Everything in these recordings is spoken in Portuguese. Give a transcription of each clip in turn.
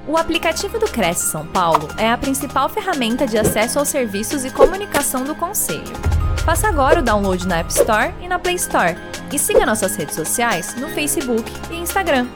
O aplicativo do Cresce São Paulo é a principal ferramenta de acesso aos serviços e comunicação do Conselho. Faça agora o download na App Store e na Play Store. E siga nossas redes sociais no Facebook e Instagram.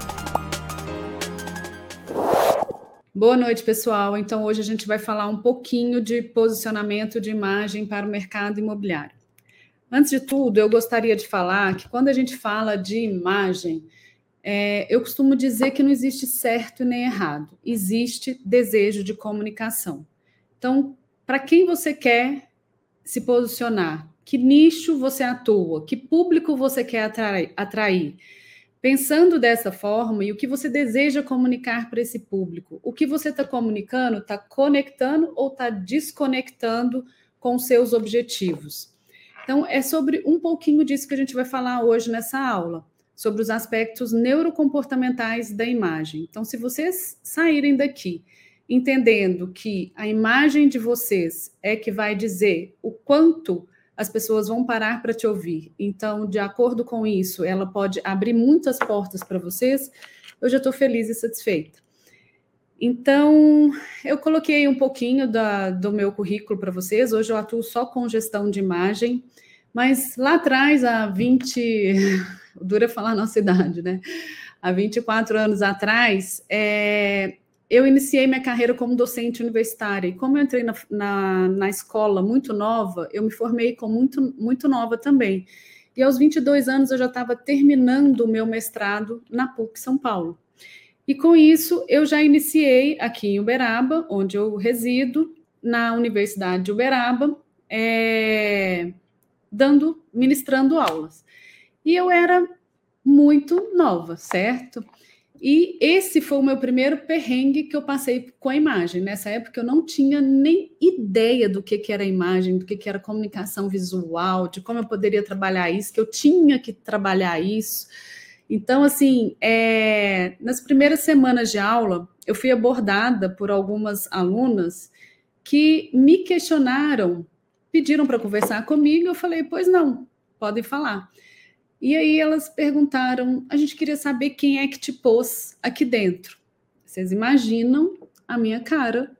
Boa noite, pessoal. Então, hoje a gente vai falar um pouquinho de posicionamento de imagem para o mercado imobiliário. Antes de tudo, eu gostaria de falar que quando a gente fala de imagem, eu costumo dizer que não existe certo e nem errado. Existe desejo de comunicação. Então, para quem você quer se posicionar? Que nicho você atua? Que público você quer atrair? Pensando dessa forma, e o que você deseja comunicar para esse público? O que você está comunicando está conectando ou está desconectando com seus objetivos? Então, é sobre um pouquinho disso que a gente vai falar hoje nessa aula, sobre os aspectos neurocomportamentais da imagem. Então, se vocês saírem daqui entendendo que a imagem de vocês é que vai dizer o quanto as pessoas vão parar para te ouvir. Então, de acordo com isso, ela pode abrir muitas portas para vocês. Eu já estou feliz e satisfeita. Então, eu coloquei um pouquinho do meu currículo para vocês. Hoje eu atuo só com gestão de imagem, mas lá atrás, há 20... Dura falar a nossa idade, né? Há 24 anos atrás, eu iniciei minha carreira como docente universitária. E como eu entrei na escola muito nova, eu me formei muito nova também. E aos 22 anos eu já estava terminando o meu mestrado na PUC São Paulo. E com isso eu já iniciei aqui em Uberaba, onde eu resido, na Universidade de Uberaba, ministrando aulas. E eu era muito nova, certo? E esse foi o meu primeiro perrengue que eu passei com a imagem. Nessa época eu não tinha nem ideia do que era imagem, do que era comunicação visual, de como eu poderia trabalhar isso, que eu tinha que trabalhar isso. Então, assim, nas primeiras semanas de aula, eu fui abordada por algumas alunas que me questionaram, pediram para conversar comigo, eu falei, pois não, podem falar. E aí elas perguntaram, a gente queria saber quem é que te pôs aqui dentro. Vocês imaginam a minha cara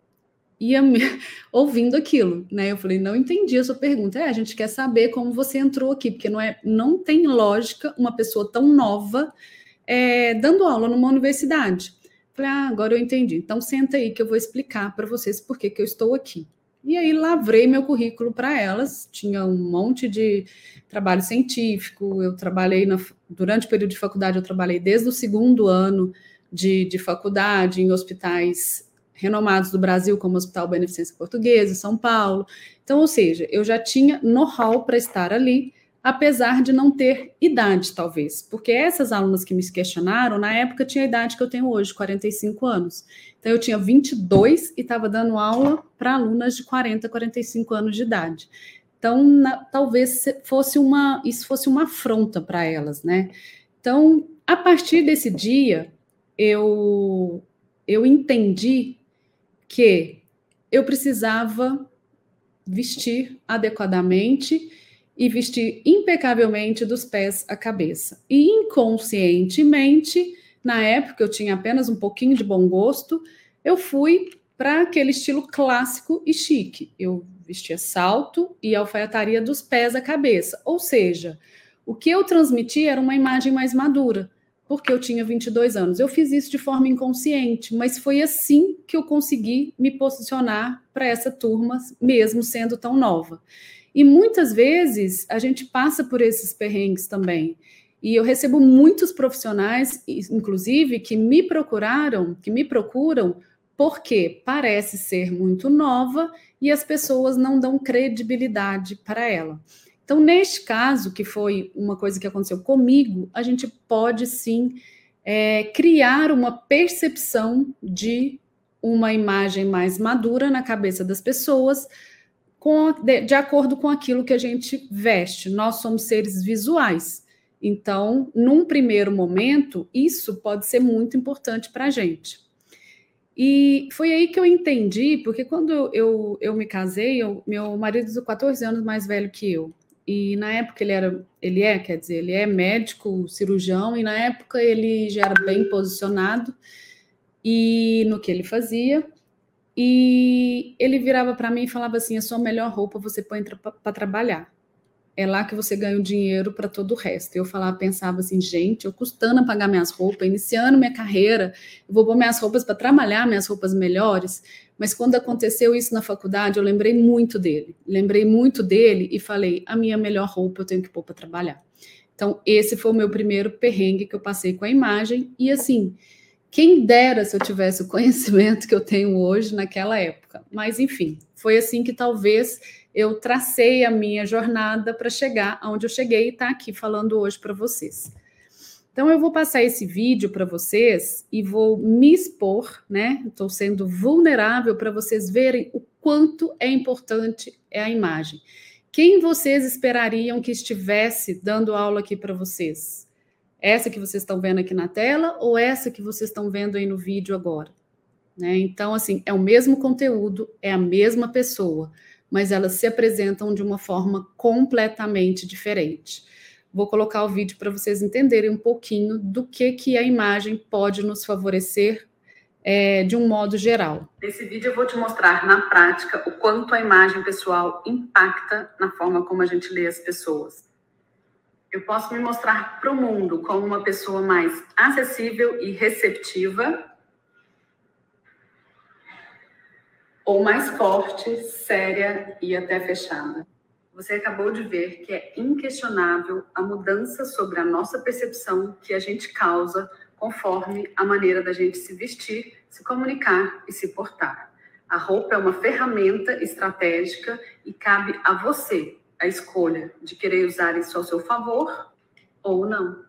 ouvindo aquilo, né? Eu falei, não entendi a sua pergunta. A gente quer saber como você entrou aqui, porque não tem lógica uma pessoa tão nova dando aula numa universidade. Falei, agora eu entendi. Então senta aí que eu vou explicar para vocês por que eu estou aqui. E aí lavrei meu currículo para elas, tinha um monte de trabalho científico, eu trabalhei durante o período de faculdade, eu trabalhei desde o segundo ano de faculdade em hospitais renomados do Brasil, como o Hospital Beneficência Portuguesa, São Paulo. Então, ou seja, eu já tinha know-how para estar ali, apesar de não ter idade, talvez, porque essas alunas que me questionaram, na época tinha a idade que eu tenho hoje, 45 anos. Então, eu tinha 22 e estava dando aula para alunas de 40, 45 anos de idade. Então, talvez isso fosse uma afronta para elas, né? Então, a partir desse dia, eu entendi que eu precisava vestir adequadamente e vestir impecavelmente dos pés à cabeça. E inconscientemente, na época eu tinha apenas um pouquinho de bom gosto, eu fui para aquele estilo clássico e chique. Eu vestia salto e alfaiataria dos pés à cabeça. Ou seja, o que eu transmitia era uma imagem mais madura, porque eu tinha 22 anos. Eu fiz isso de forma inconsciente, mas foi assim que eu consegui me posicionar para essa turma, mesmo sendo tão nova. E muitas vezes a gente passa por esses perrengues também. E eu recebo muitos profissionais, inclusive, que me procuram porque parece ser muito nova e as pessoas não dão credibilidade para ela. Então, neste caso, que foi uma coisa que aconteceu comigo, a gente pode sim criar uma percepção de uma imagem mais madura na cabeça das pessoas, de acordo com aquilo que a gente veste. Nós somos seres visuais. Então, num primeiro momento, isso pode ser muito importante para a gente. E foi aí que eu entendi, porque quando eu me casei, meu marido é 14 anos mais velho que eu. E na época ele é médico, cirurgião, e na época ele já era bem posicionado. e no que ele fazia. E ele virava para mim e falava assim: a sua melhor roupa você põe para trabalhar. É lá que você ganha o dinheiro para todo o resto. Eu falava, pensava assim, gente, eu custando a pagar minhas roupas, iniciando minha carreira, eu vou pôr minhas roupas para trabalhar, minhas roupas melhores. Mas quando aconteceu isso na faculdade, eu lembrei muito dele. Lembrei muito dele e falei, a minha melhor roupa eu tenho que pôr para trabalhar. Então, esse foi o meu primeiro perrengue que eu passei com a imagem. E assim, quem dera se eu tivesse o conhecimento que eu tenho hoje naquela época. Mas, enfim, foi assim que talvez eu tracei a minha jornada para chegar aonde eu cheguei e estar aqui falando hoje para vocês. Então, eu vou passar esse vídeo para vocês e vou me expor, né? Estou sendo vulnerável para vocês verem o quanto é importante a imagem. Quem vocês esperariam que estivesse dando aula aqui para vocês? Essa que vocês estão vendo aqui na tela ou essa que vocês estão vendo aí no vídeo agora? Né? Então, assim, é o mesmo conteúdo, é a mesma pessoa, mas elas se apresentam de uma forma completamente diferente. Vou colocar o vídeo para vocês entenderem um pouquinho do que a imagem pode nos favorecer de um modo geral. Nesse vídeo eu vou te mostrar na prática o quanto a imagem pessoal impacta na forma como a gente lê as pessoas. Eu posso me mostrar para o mundo como uma pessoa mais acessível e receptiva, ou mais forte, séria e até fechada. Você acabou de ver que é inquestionável a mudança sobre a nossa percepção que a gente causa conforme a maneira da gente se vestir, se comunicar e se portar. A roupa é uma ferramenta estratégica e cabe a você a escolha de querer usar isso ao seu favor ou não.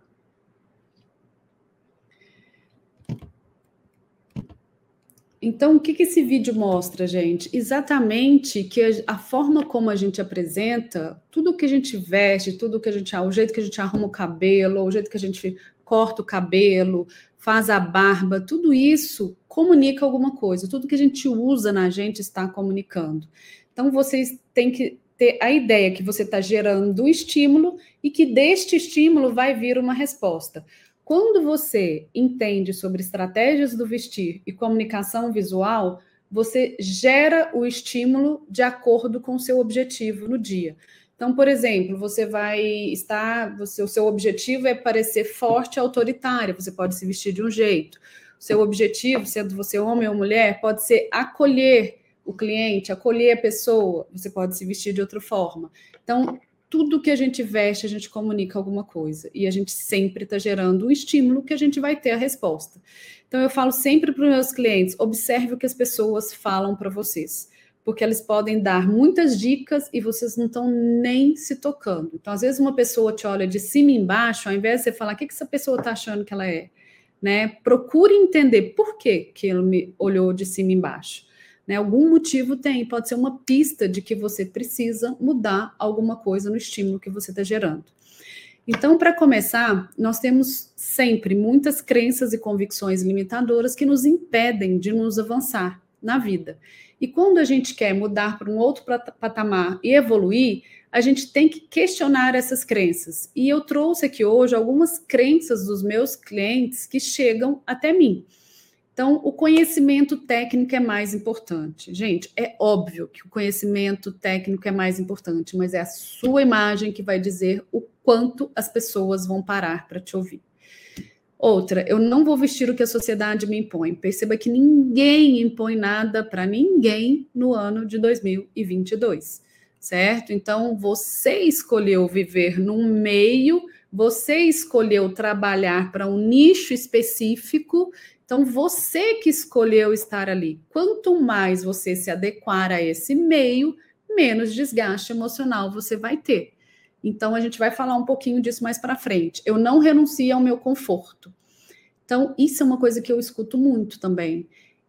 Então, o que esse vídeo mostra, gente? Exatamente que a forma como a gente apresenta, tudo que a gente veste, tudo que a gente, o jeito que a gente arruma o cabelo, o jeito que a gente corta o cabelo, faz a barba, tudo isso comunica alguma coisa. Tudo que a gente usa na gente está comunicando. Então, vocês têm que ter a ideia que você está gerando um estímulo e que deste estímulo vai vir uma resposta. Quando você entende sobre estratégias do vestir e comunicação visual, você gera o estímulo de acordo com o seu objetivo no dia. Então, por exemplo, você vai estar, o seu objetivo é parecer forte e autoritária, você pode se vestir de um jeito. O seu objetivo, sendo você homem ou mulher, pode ser acolher o cliente, acolher a pessoa, você pode se vestir de outra forma. Então, tudo que a gente veste, a gente comunica alguma coisa. E a gente sempre está gerando um estímulo que a gente vai ter a resposta. Então, eu falo sempre para os meus clientes, observe o que as pessoas falam para vocês. Porque eles podem dar muitas dicas e vocês não estão nem se tocando. Então, às vezes, uma pessoa te olha de cima e embaixo, ao invés de você falar, o que essa pessoa está achando que ela é? Né? Procure entender por que ele me olhou de cima e embaixo. Né, algum motivo tem, pode ser uma pista de que você precisa mudar alguma coisa no estímulo que você está gerando. Então, para começar, nós temos sempre muitas crenças e convicções limitadoras que nos impedem de nos avançar na vida. E quando a gente quer mudar para um outro patamar e evoluir, a gente tem que questionar essas crenças. E eu trouxe aqui hoje algumas crenças dos meus clientes que chegam até mim. Então, o conhecimento técnico é mais importante. Gente, é óbvio que o conhecimento técnico é mais importante, mas é a sua imagem que vai dizer o quanto as pessoas vão parar para te ouvir. Outra, eu não vou vestir o que a sociedade me impõe. Perceba que ninguém impõe nada para ninguém no ano de 2022, certo? Então, você escolheu viver num meio, você escolheu trabalhar para um nicho específico. Então, você que escolheu estar ali. Quanto mais você se adequar a esse meio, menos desgaste emocional você vai ter. Então, a gente vai falar um pouquinho disso mais para frente. Eu não renuncio ao meu conforto. Então, isso é uma coisa que eu escuto muito também.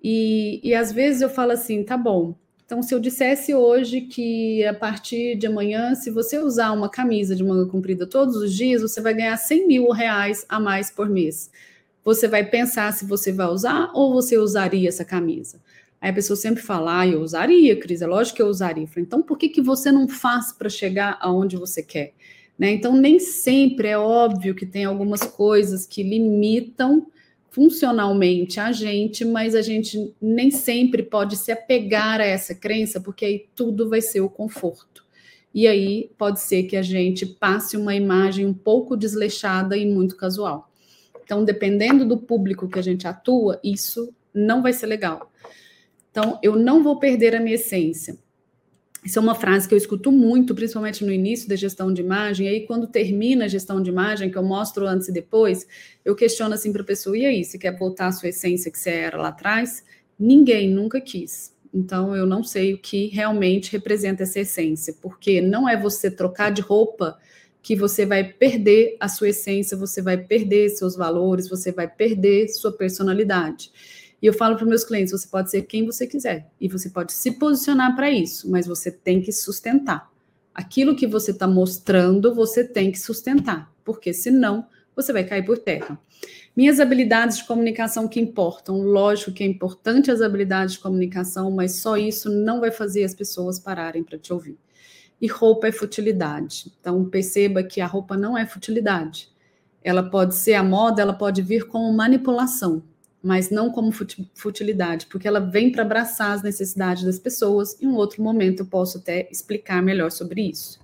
E às vezes eu falo assim, tá bom. Então, se eu dissesse hoje que a partir de amanhã, se você usar uma camisa de manga comprida todos os dias, você vai ganhar R$100 mil a mais por mês. Você vai pensar se você vai usar ou você usaria essa camisa. Aí a pessoa sempre fala, eu usaria, Cris, é lógico que eu usaria. Eu falo, então, por que você não faz para chegar aonde você quer? Né? Então, nem sempre é óbvio que tem algumas coisas que limitam funcionalmente a gente, mas a gente nem sempre pode se apegar a essa crença, porque aí tudo vai ser o conforto. E aí pode ser que a gente passe uma imagem um pouco desleixada e muito casual. Então, dependendo do público que a gente atua, isso não vai ser legal. Então, eu não vou perder a minha essência. Isso é uma frase que eu escuto muito, principalmente no início da gestão de imagem. E aí, quando termina a gestão de imagem, que eu mostro antes e depois, eu questiono assim para a pessoa, e aí, você quer voltar à sua essência que você era lá atrás? Ninguém nunca quis. Então, eu não sei o que realmente representa essa essência, porque não é você trocar de roupa que você vai perder a sua essência, você vai perder seus valores, você vai perder sua personalidade. E eu falo para os meus clientes, você pode ser quem você quiser, e você pode se posicionar para isso, mas você tem que sustentar. Aquilo que você está mostrando, você tem que sustentar, porque senão você vai cair por terra. Minhas habilidades de comunicação que importam, lógico que é importante as habilidades de comunicação, mas só isso não vai fazer as pessoas pararem para te ouvir. E roupa é futilidade, então perceba que a roupa não é futilidade. Ela pode ser a moda, ela pode vir como manipulação, mas não como futilidade, porque ela vem para abraçar as necessidades das pessoas. Em um outro momento eu posso até explicar melhor sobre isso.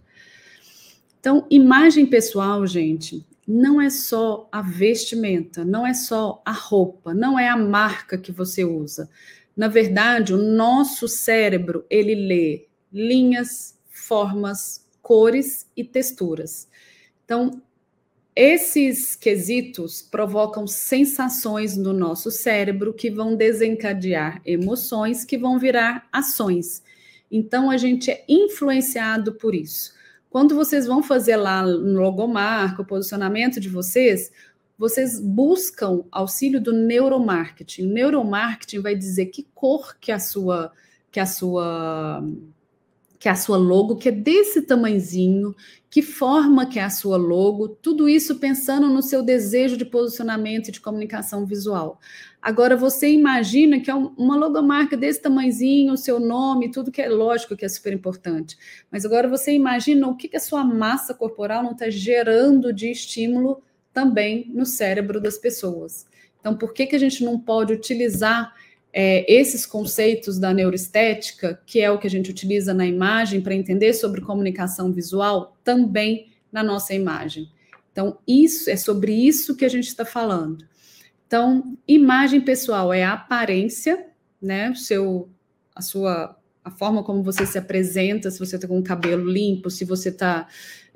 Então, imagem pessoal, gente, não é só a vestimenta, não é só a roupa, não é a marca que você usa. Na verdade, o nosso cérebro, ele lê linhas, formas, cores e texturas. Então, esses quesitos provocam sensações no nosso cérebro que vão desencadear emoções que vão virar ações. Então, a gente é influenciado por isso. Quando vocês vão fazer lá no logomarca, o posicionamento de vocês buscam auxílio do neuromarketing. O neuromarketing vai dizer que cor que a sua logo, que é desse tamanzinho, que forma que é a sua logo, tudo isso pensando no seu desejo de posicionamento e de comunicação visual. Agora, você imagina que é uma logomarca desse tamanzinho, o seu nome, tudo que é lógico que é super importante. Mas agora você imagina o que a sua massa corporal não está gerando de estímulo também no cérebro das pessoas. Então, por que a gente não pode utilizar esses conceitos da neuroestética, que é o que a gente utiliza na imagem para entender sobre comunicação visual, também na nossa imagem? Então, isso é sobre isso que a gente está falando. Então, imagem pessoal é a aparência, né? A forma como você se apresenta, se você está com o cabelo limpo, se você está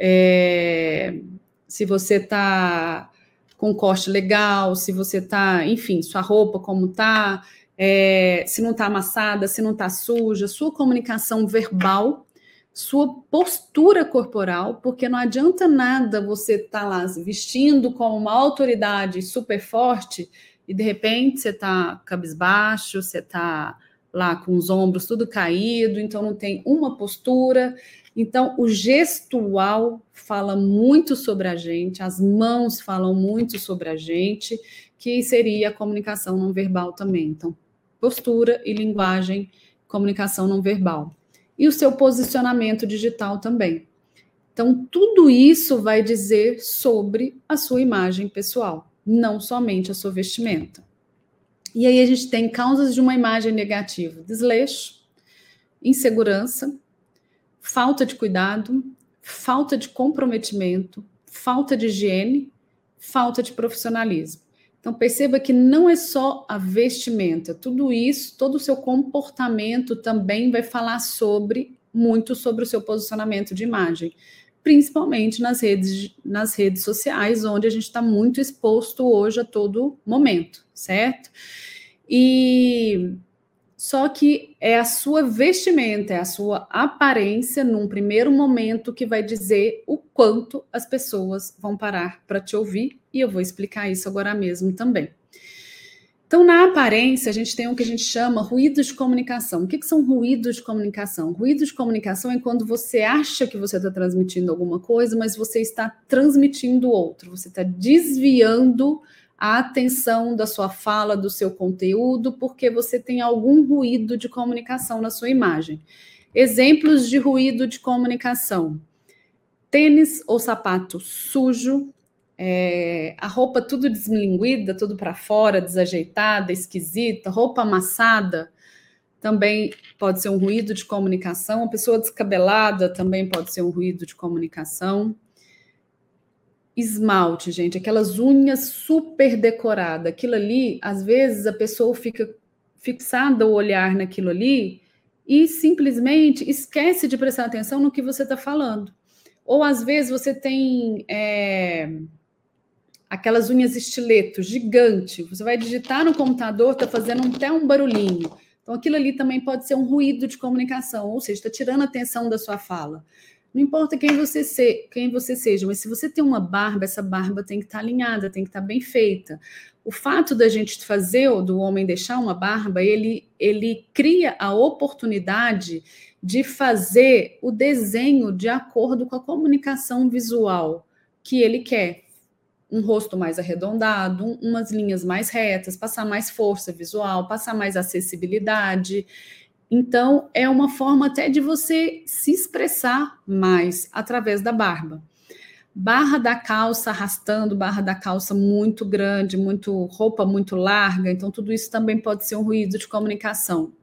com um corte legal, se você está, enfim, sua roupa como está, se não está amassada, se não está suja, sua comunicação verbal, sua postura corporal, porque não adianta nada você estar lá vestindo como uma autoridade super forte e de repente você está cabisbaixo, você está lá com os ombros tudo caído, então não tem uma postura. Então, o gestual fala muito sobre a gente, as mãos falam muito sobre a gente, que seria a comunicação não verbal também. Então, postura e linguagem, comunicação não verbal. E o seu posicionamento digital também. Então, tudo isso vai dizer sobre a sua imagem pessoal, não somente a sua vestimenta. E aí a gente tem causas de uma imagem negativa: desleixo, insegurança, falta de cuidado, falta de comprometimento, falta de higiene, falta de profissionalismo. Então, perceba que não é só a vestimenta, tudo isso, todo o seu comportamento também vai falar muito sobre o seu posicionamento de imagem, principalmente nas redes sociais, onde a gente está muito exposto hoje a todo momento, certo? Só que é a sua vestimenta, é a sua aparência, num primeiro momento, que vai dizer o quanto as pessoas vão parar para te ouvir, e eu vou explicar isso agora mesmo também. Então, na aparência, a gente tem o que a gente chama ruídos de comunicação. O que são ruídos de comunicação? Ruídos de comunicação é quando você acha que você está transmitindo alguma coisa, mas você está transmitindo outro, você está desviando a atenção da sua fala, do seu conteúdo, porque você tem algum ruído de comunicação na sua imagem. Exemplos de ruído de comunicação: tênis ou sapato sujo, A roupa tudo deslinguida, tudo para fora, desajeitada, esquisita, roupa amassada, também pode ser um ruído de comunicação. A pessoa descabelada também pode ser um ruído de comunicação. Esmalte, gente, aquelas unhas super decoradas, aquilo ali, às vezes a pessoa fica fixada o olhar naquilo ali e simplesmente esquece de prestar atenção no que você está falando. Ou às vezes você tem aquelas unhas estileto gigante, você vai digitar no computador, está fazendo até um barulhinho. Então aquilo ali também pode ser um ruído de comunicação, ou seja, está tirando a atenção da sua fala. Não importa quem você seja, mas se você tem uma barba, essa barba tem que estar alinhada, tem que estar bem feita. O fato da gente fazer, ou do homem deixar uma barba, ele cria a oportunidade de fazer o desenho de acordo com a comunicação visual que ele quer. Um rosto mais arredondado, umas linhas mais retas, passar mais força visual, passar mais acessibilidade. Então, é uma forma até de você se expressar mais através da barba. Barra da calça arrastando, barra da calça muito grande, roupa muito larga. Então, tudo isso também pode ser um ruído de comunicação.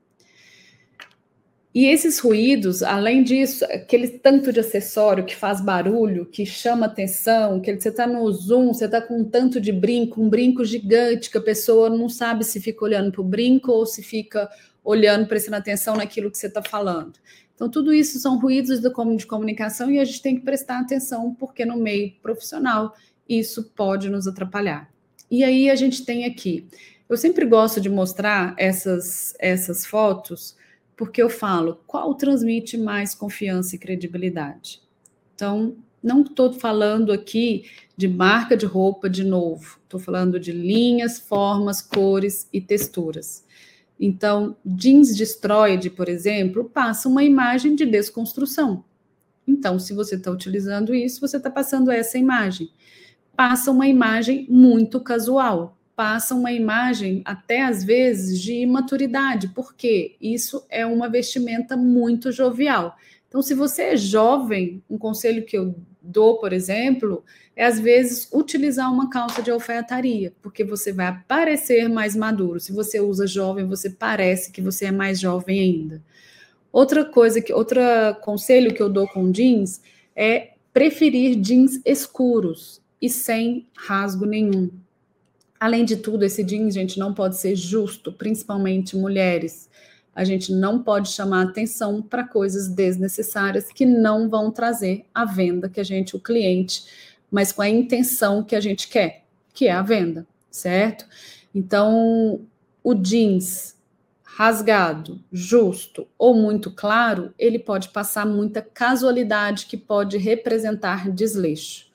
E esses ruídos, além disso, aquele tanto de acessório que faz barulho, que chama atenção, que você está no Zoom, você está com um tanto de brinco, um brinco gigante, que a pessoa não sabe se fica olhando para o brinco ou se fica olhando, prestando atenção naquilo que você está falando. Então, tudo isso são ruídos de comunicação e a gente tem que prestar atenção, porque no meio profissional isso pode nos atrapalhar. E aí a gente tem aqui, eu sempre gosto de mostrar essas fotos, porque eu falo, qual transmite mais confiança e credibilidade? Então, não estou falando aqui de marca de roupa de novo, estou falando de linhas, formas, cores e texturas. Então, jeans destroyed, por exemplo, passa uma imagem de desconstrução. Então, se você está utilizando isso, você está passando essa imagem. Passa uma imagem muito casual. Passa uma imagem, até às vezes, de imaturidade, porque isso é uma vestimenta muito jovial. Então, se você é jovem, um conselho que eu dou, por exemplo, é às vezes utilizar uma calça de alfaiataria, porque você vai parecer mais maduro. Se você usa jovem, você parece que você é mais jovem ainda. Outro conselho que eu dou com jeans é preferir jeans escuros e sem rasgo nenhum. Além de tudo, esse jeans, gente, não pode ser justo, principalmente mulheres. A gente não pode chamar atenção para coisas desnecessárias que não vão trazer a venda que o cliente, mas com a intenção que a gente quer, que é a venda, certo? Então, o jeans rasgado, justo ou muito claro, ele pode passar muita casualidade que pode representar desleixo.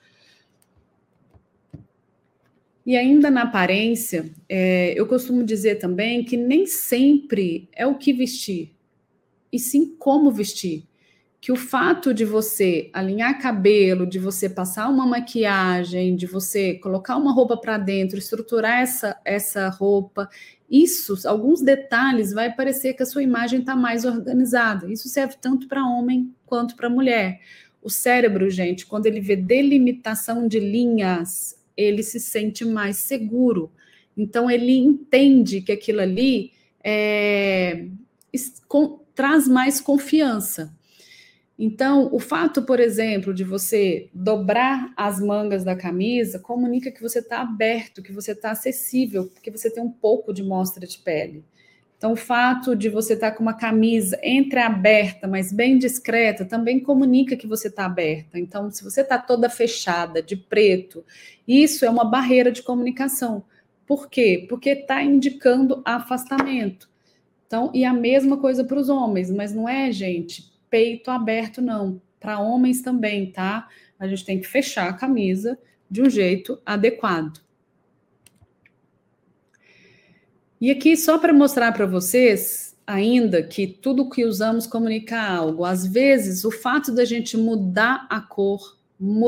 E ainda na aparência, eu costumo dizer também que nem sempre é o que vestir, e sim como vestir. Que o fato de você alinhar cabelo, de você passar uma maquiagem, de você colocar uma roupa para dentro, estruturar essa roupa, alguns detalhes, vai parecer que a sua imagem está mais organizada. Isso serve tanto para homem quanto para mulher. O cérebro, gente, quando ele vê delimitação de linhas, ele se sente mais seguro. Então, ele entende que aquilo ali traz mais confiança. Então, o fato, por exemplo, de você dobrar as mangas da camisa, comunica que você está aberto, que você está acessível, porque você tem um pouco de mostra de pele. Então, o fato de você estar com uma camisa entreaberta, mas bem discreta, também comunica que você está aberta. Então, se você está toda fechada, de preto, isso é uma barreira de comunicação. Por quê? Porque está indicando afastamento. Então, e a mesma coisa para os homens, mas não é, gente, peito aberto, não. Para homens também, tá? A gente tem que fechar a camisa de um jeito adequado. E aqui, só para mostrar para vocês, ainda que tudo que usamos comunica algo. Às vezes, o fato da gente mudar a cor,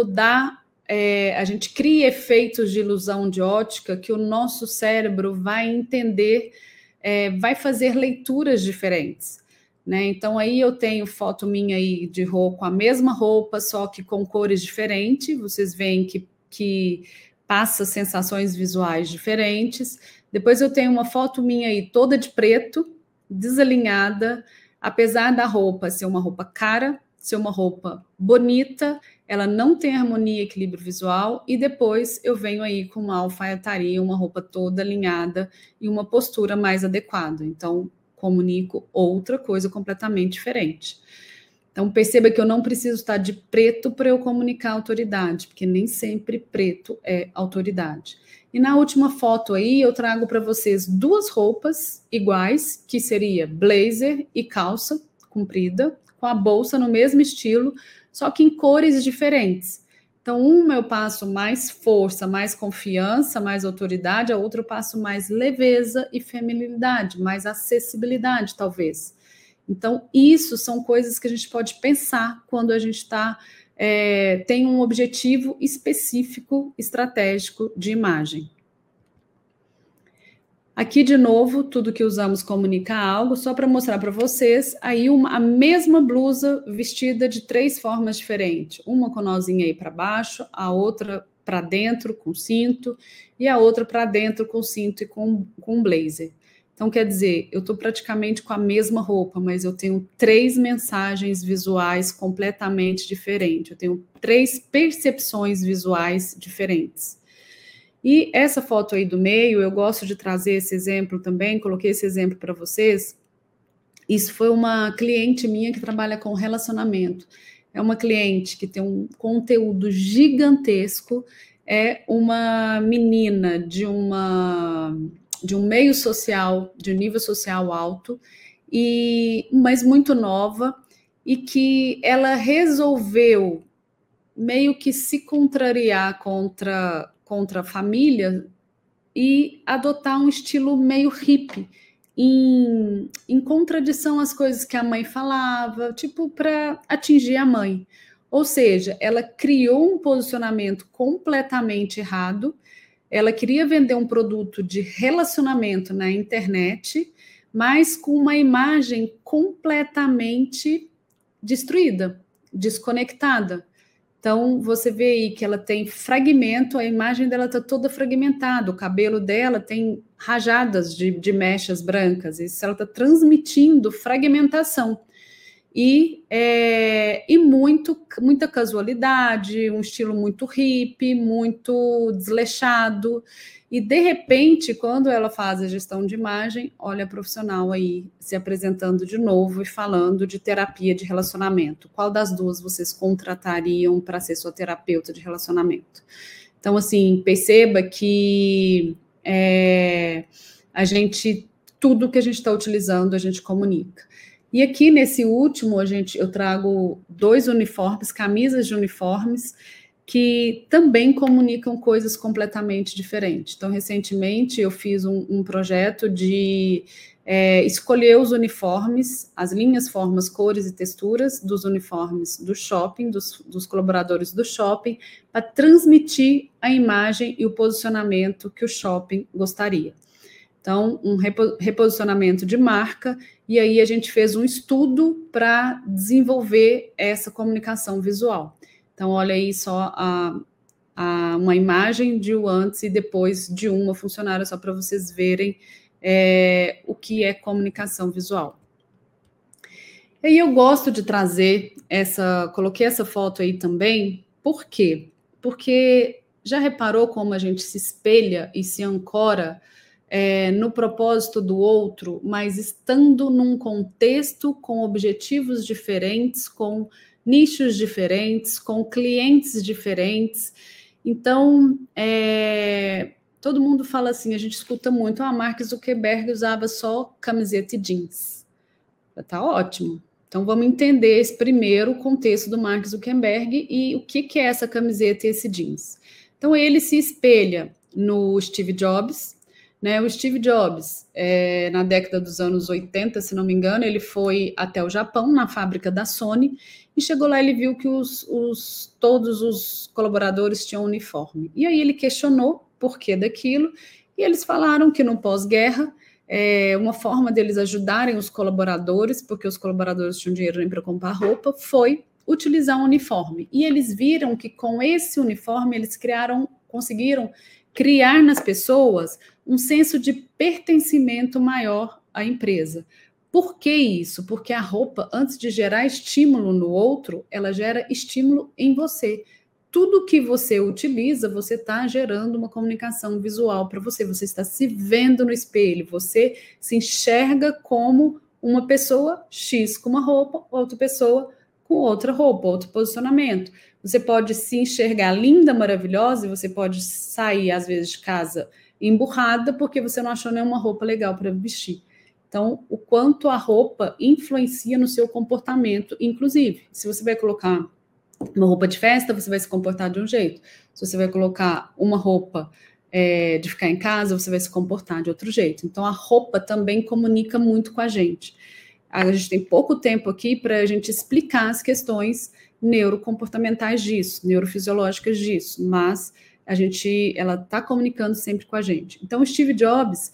a gente cria efeitos de ilusão de ótica que o nosso cérebro vai entender, vai fazer leituras diferentes. Né? Então, aí eu tenho foto minha aí de roupa, com a mesma roupa, só que com cores diferentes. Vocês veem que que passa sensações visuais diferentes. Depois eu tenho uma foto minha aí toda de preto, desalinhada, apesar da roupa ser uma roupa cara, ser uma roupa bonita, ela não tem harmonia e equilíbrio visual, e depois eu venho aí com uma alfaiataria, uma roupa toda alinhada e uma postura mais adequada. Então, comunico outra coisa completamente diferente. Então, perceba que eu não preciso estar de preto para eu comunicar autoridade, porque nem sempre preto é autoridade. E na última foto aí, eu trago para vocês duas roupas iguais, que seria blazer e calça comprida, com a bolsa no mesmo estilo, só que em cores diferentes. Então, uma eu passo mais força, mais confiança, mais autoridade, a outra eu passo mais leveza e feminilidade, mais acessibilidade, talvez. Então, isso são coisas que a gente pode pensar quando a gente tem um objetivo específico, estratégico de imagem. Aqui, de novo, tudo que usamos comunica algo, só para mostrar para vocês, aí a mesma blusa vestida de 3 formas diferentes. Uma com nozinha aí para baixo, a outra para dentro com cinto, e a outra para dentro com cinto e com blazer. Então, quer dizer, eu estou praticamente com a mesma roupa, mas eu tenho 3 mensagens visuais completamente diferentes. Eu tenho 3 percepções visuais diferentes. E essa foto aí do meio, eu gosto de trazer esse exemplo também, coloquei esse exemplo para vocês. Isso foi uma cliente minha que trabalha com relacionamento. É uma cliente que tem um conteúdo gigantesco, é uma menina de um meio social, de um nível social alto, mas muito nova, e que ela resolveu meio que se contrariar contra a família e adotar um estilo meio hippie, em contradição às coisas que a mãe falava, tipo para atingir a mãe. Ou seja, ela criou um posicionamento completamente errado. Ela queria vender um produto de relacionamento na internet, mas com uma imagem completamente destruída, desconectada. Então, você vê aí que ela tem fragmento, a imagem dela está toda fragmentada, o cabelo dela tem rajadas de mechas brancas, isso ela está transmitindo fragmentação. E muita casualidade, um estilo muito hippie, muito desleixado. E, de repente, quando ela faz a gestão de imagem, olha a profissional aí se apresentando de novo e falando de terapia de relacionamento. Qual das duas vocês contratariam para ser sua terapeuta de relacionamento? Então, assim, perceba que tudo que a gente está utilizando, a gente comunica. E aqui, nesse último, eu trago 2 uniformes, camisas de uniformes, que também comunicam coisas completamente diferentes. Então, recentemente, eu fiz um projeto de escolher os uniformes, as linhas, formas, cores e texturas dos uniformes do shopping, dos colaboradores do shopping, para transmitir a imagem e o posicionamento que o shopping gostaria. Então, um reposicionamento de marca, e aí a gente fez um estudo para desenvolver essa comunicação visual. Então, olha aí só uma imagem de o antes e depois de uma funcionária, só para vocês verem o que é comunicação visual. E aí eu gosto de trazer coloquei essa foto aí também, por quê? Porque já reparou como a gente se espelha e se ancora no propósito do outro, mas estando num contexto com objetivos diferentes, com nichos diferentes, com clientes diferentes. Então, todo mundo fala assim, a gente escuta muito, Mark Zuckerberg usava só camiseta e jeans. Tá ótimo. Então, vamos entender esse primeiro contexto do Mark Zuckerberg e o que é essa camiseta e esse jeans. Então, ele se espelha no Steve Jobs, né? O Steve Jobs, na década dos anos 80, se não me engano, ele foi até o Japão, na fábrica da Sony, e chegou lá, ele viu que todos os colaboradores tinham uniforme. E aí ele questionou por que daquilo, e eles falaram que no pós-guerra, uma forma deles ajudarem os colaboradores, porque os colaboradores tinham dinheiro nem para comprar roupa, foi utilizar um uniforme. E eles viram que com esse uniforme eles conseguiram criar nas pessoas um senso de pertencimento maior à empresa. Por que isso? Porque a roupa, antes de gerar estímulo no outro, ela gera estímulo em você. Tudo que você utiliza, você está gerando uma comunicação visual para você. Você está se vendo no espelho, você se enxerga como uma pessoa X com uma roupa, outra pessoa com outra roupa, outro posicionamento. Você pode se enxergar linda, maravilhosa, e você pode sair, às vezes, de casa emburrada porque você não achou nenhuma roupa legal para vestir. Então, o quanto a roupa influencia no seu comportamento, inclusive. Se você vai colocar uma roupa de festa, você vai se comportar de um jeito. Se você vai colocar uma roupa de ficar em casa, você vai se comportar de outro jeito. Então, a roupa também comunica muito com a gente. A gente tem pouco tempo aqui para a gente explicar as questões neurocomportamentais disso, neurofisiológicas disso, mas ela está comunicando sempre com a gente. Então, o Steve Jobs,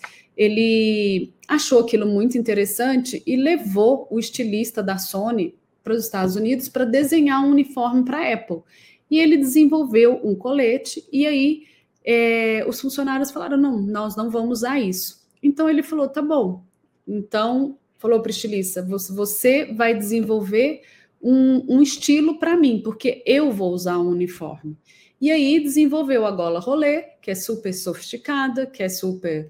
ele achou aquilo muito interessante e levou o estilista da Sony para os Estados Unidos para desenhar um uniforme para a Apple. E ele desenvolveu um colete, e aí os funcionários falaram, não, nós não vamos usar isso. Então ele falou, tá bom. Então, falou para o estilista, você vai desenvolver um estilo para mim, porque eu vou usar um uniforme. E aí desenvolveu a gola rolê, que é super sofisticada, que é super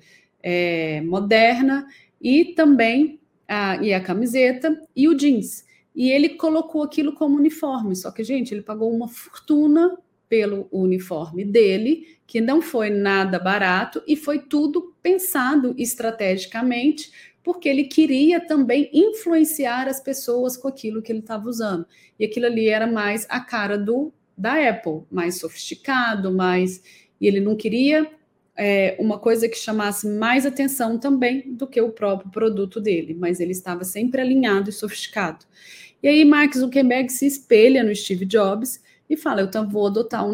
moderna, e também a camiseta e o jeans. E ele colocou aquilo como uniforme, só que, gente, ele pagou uma fortuna pelo uniforme dele, que não foi nada barato, e foi tudo pensado estrategicamente, porque ele queria também influenciar as pessoas com aquilo que ele estava usando. E aquilo ali era mais a cara da Apple, mais sofisticado, e ele não queria uma coisa que chamasse mais atenção também do que o próprio produto dele, mas ele estava sempre alinhado e sofisticado. E aí Mark Zuckerberg se espelha no Steve Jobs e fala, eu vou adotar um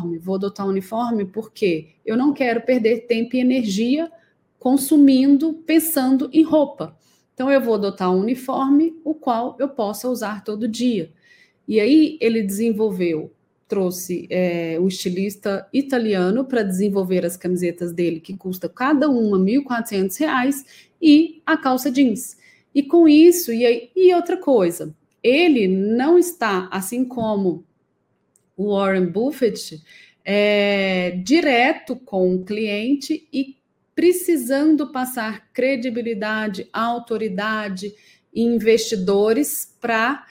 uniforme porque eu não quero perder tempo e energia pensando em roupa. Então eu vou adotar um uniforme o qual eu possa usar todo dia. E aí ele trouxe um estilista italiano para desenvolver as camisetas dele, que custa cada uma R$ 1.400, e a calça jeans. E com isso, e outra coisa, ele não está, assim como o Warren Buffett, direto com o cliente e precisando passar credibilidade, autoridade e investidores para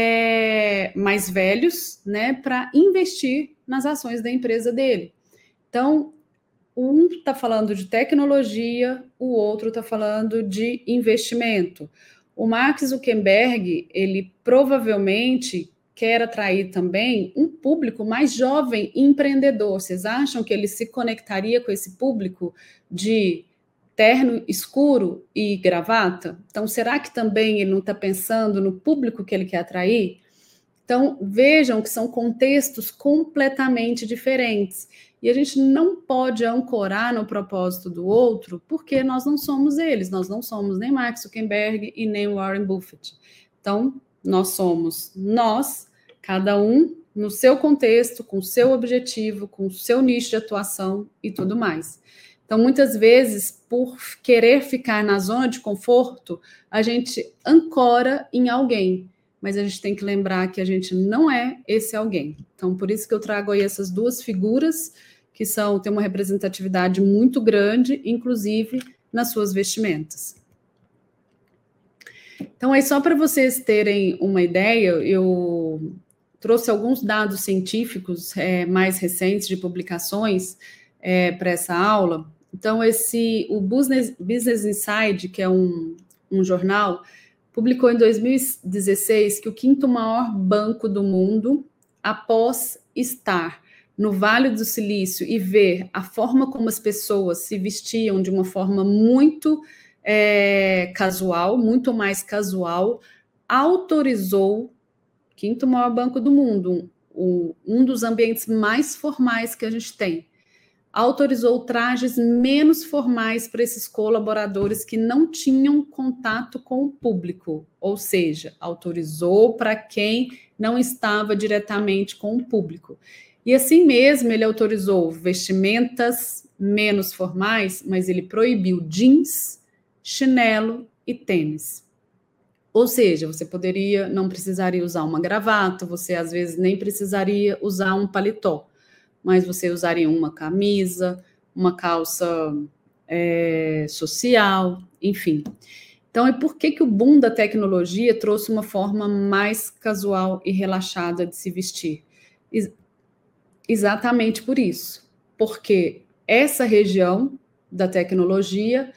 mais velhos, né, para investir nas ações da empresa dele. Então, um está falando de tecnologia, o outro está falando de investimento. O Mark Zuckerberg, ele provavelmente quer atrair também um público mais jovem e empreendedor. Vocês acham que ele se conectaria com esse público de terno escuro e gravata? Então, será que também ele não está pensando no público que ele quer atrair? Então, vejam que são contextos completamente diferentes. E a gente não pode ancorar no propósito do outro, porque nós não somos eles, nós não somos nem Mark Zuckerberg e nem Warren Buffett. Então, nós somos nós, cada um no seu contexto, com o seu objetivo, com o seu nicho de atuação e tudo mais. Então, muitas vezes, por querer ficar na zona de conforto, a gente ancora em alguém, mas a gente tem que lembrar que a gente não é esse alguém. Então, por isso que eu trago aí essas duas figuras que têm uma representatividade muito grande, inclusive nas suas vestimentas. Então, aí só para vocês terem uma ideia, eu trouxe alguns dados científicos mais recentes de publicações para essa aula. Então, o Business Insider, que é um jornal, publicou em 2016 que o quinto maior banco do mundo, após estar no Vale do Silício e ver a forma como as pessoas se vestiam de uma forma muito casual, muito mais casual, autorizou, quinto maior banco do mundo, um dos ambientes mais formais que a gente tem, autorizou trajes menos formais para esses colaboradores que não tinham contato com o público, ou seja, autorizou para quem não estava diretamente com o público. E assim mesmo ele autorizou vestimentas menos formais, mas ele proibiu jeans, chinelo e tênis. Ou seja, você não precisaria usar uma gravata, você às vezes nem precisaria usar um paletó, mas você usaria uma camisa, uma calça social, enfim. Então, e por que o boom da tecnologia trouxe uma forma mais casual e relaxada de se vestir? Exatamente por isso, porque essa região da tecnologia,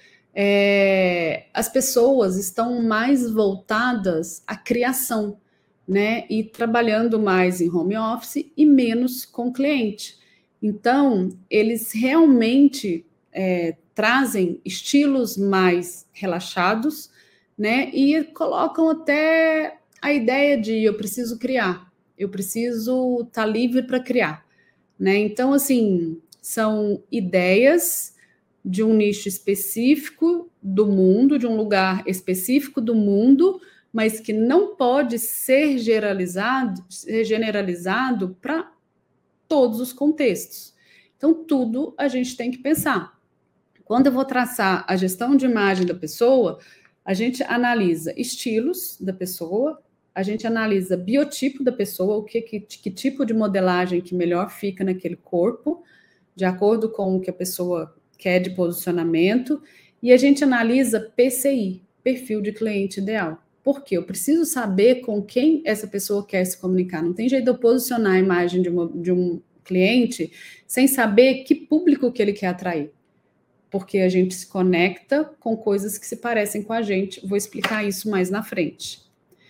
as pessoas estão mais voltadas à criação, né? E trabalhando mais em home office e menos com cliente. Então, eles realmente trazem estilos mais relaxados, né? E colocam até a ideia de eu preciso criar, eu preciso estar livre para criar, né? Então, assim, são ideias de um nicho específico do mundo, de um lugar específico do mundo, mas que não pode ser generalizado para todos os contextos. Então, tudo a gente tem que pensar. Quando eu vou traçar a gestão de imagem da pessoa, a gente analisa estilos da pessoa, a gente analisa biotipo da pessoa, que tipo de modelagem que melhor fica naquele corpo, de acordo com o que a pessoa quer de posicionamento, e a gente analisa PCI, perfil de cliente ideal. Por quê? Eu preciso saber com quem essa pessoa quer se comunicar. Não tem jeito de eu posicionar a imagem de um cliente sem saber que público que ele quer atrair. Porque a gente se conecta com coisas que se parecem com a gente. Vou explicar isso mais na frente.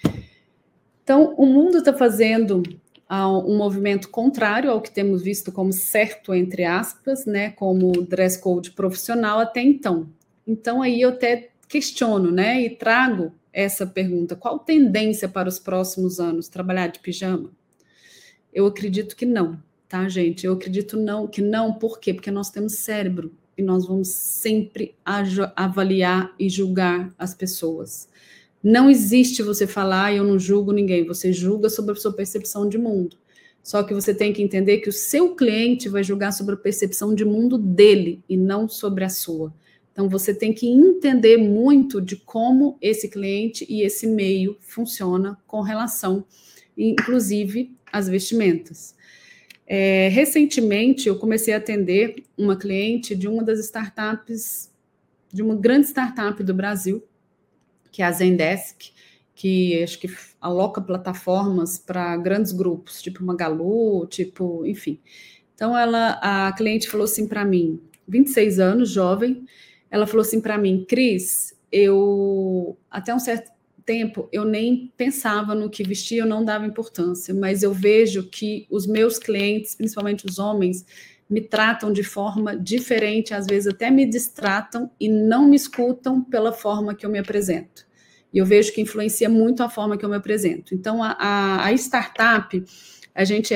Então, o mundo está fazendo um movimento contrário ao que temos visto como certo, entre aspas, né, como dress code profissional até então. Então, aí eu até questiono, né, e trago essa pergunta: qual tendência para os próximos anos? Trabalhar de pijama? Eu acredito que não, tá, gente? Eu acredito que não, por quê? Porque nós temos cérebro e nós vamos sempre avaliar e julgar as pessoas. Não existe você falar, eu não julgo ninguém, você julga sobre a sua percepção de mundo. Só que você tem que entender que o seu cliente vai julgar sobre a percepção de mundo dele e não sobre a sua. Então você tem que entender muito de como esse cliente e esse meio funciona com relação, inclusive, às vestimentas. Recentemente eu comecei a atender uma cliente de uma das startups, de uma grande startup do Brasil, que é a Zendesk, que acho que aloca plataformas para grandes grupos, tipo Magalu, tipo, enfim. Então, a cliente falou assim para mim, 26 anos, jovem, ela falou assim para mim: Cris, até um certo tempo, eu nem pensava no que vestia, eu não dava importância, mas eu vejo que os meus clientes, principalmente os homens, me tratam de forma diferente, às vezes até me distratam e não me escutam pela forma que eu me apresento. E eu vejo que influencia muito a forma que eu me apresento. Então, a startup, a gente